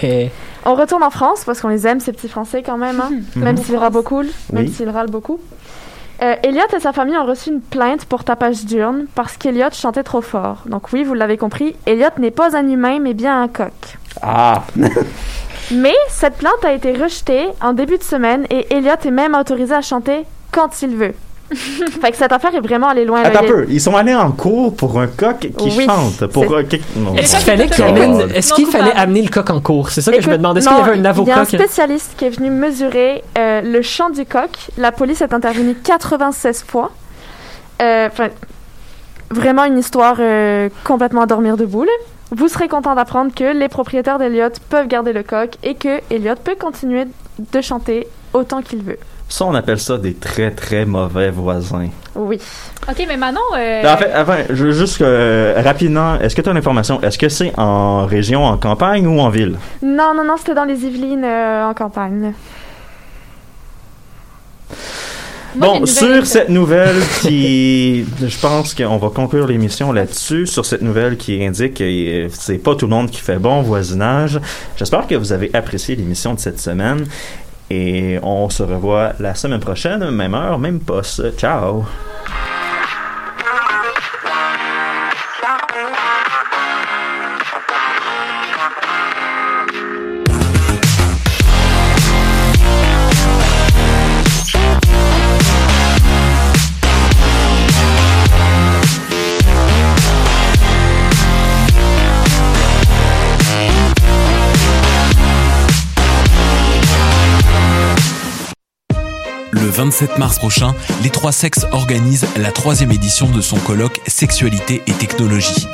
On retourne en France parce qu'on les aime, ces petits Français quand même, hein? même s'ils râlent beaucoup. Même Oui. s'ils râlent beaucoup. Euh, Elliot et sa famille ont reçu une plainte pour tapage diurne parce qu'Elliot chantait trop fort. Donc oui, vous l'avez compris, Elliot n'est pas un humain, mais bien un coq. Ah! Mais cette plainte a été rejetée en début de semaine et Elliot est même autorisé à chanter quand il veut. Fait que cette affaire est vraiment allée loin. là. Attends un Il y a- peu, ils sont allés en cours pour un coq qui Oui, chante. Pour c'est- un coq... Non. Est-ce ça qu'il fallait qui qu'il est amène, coupable. est-ce Non qu'il fallait coupable. amener le coq en cours? C'est ça que je me Écoute, demandais. Est-ce qu'il y non, avait un Il y a avocat un qui... spécialiste qui est venu mesurer euh, le chant du coq. La police est intervenue quatre-vingt-seize fois. Euh, Enfin, vraiment une histoire euh, complètement à dormir debout. Là. Vous serez content d'apprendre que les propriétaires d'Elliot peuvent garder le coq et que Elliot peut continuer de chanter autant qu'il veut. Ça, on appelle ça des très, très mauvais voisins. Oui. OK, mais Manon... Euh... En fait, avant, je veux juste euh, rapidement, est-ce que tu as l'information? Est-ce que c'est en région, en campagne ou en ville? Non, non, non, c'était dans les Yvelines, euh, en campagne. Moi, bon, sur cette nouvelle qui... je pense qu'on va conclure l'émission là-dessus, sur cette nouvelle qui indique que c'est pas tout le monde qui fait bon voisinage. J'espère que vous avez apprécié l'émission de cette semaine et on se revoit la semaine prochaine, même heure, même poste. Ciao! Le vingt-sept mars prochain, Les Trois Sexes organisent la troisième édition de son colloque Sexualité et technologie.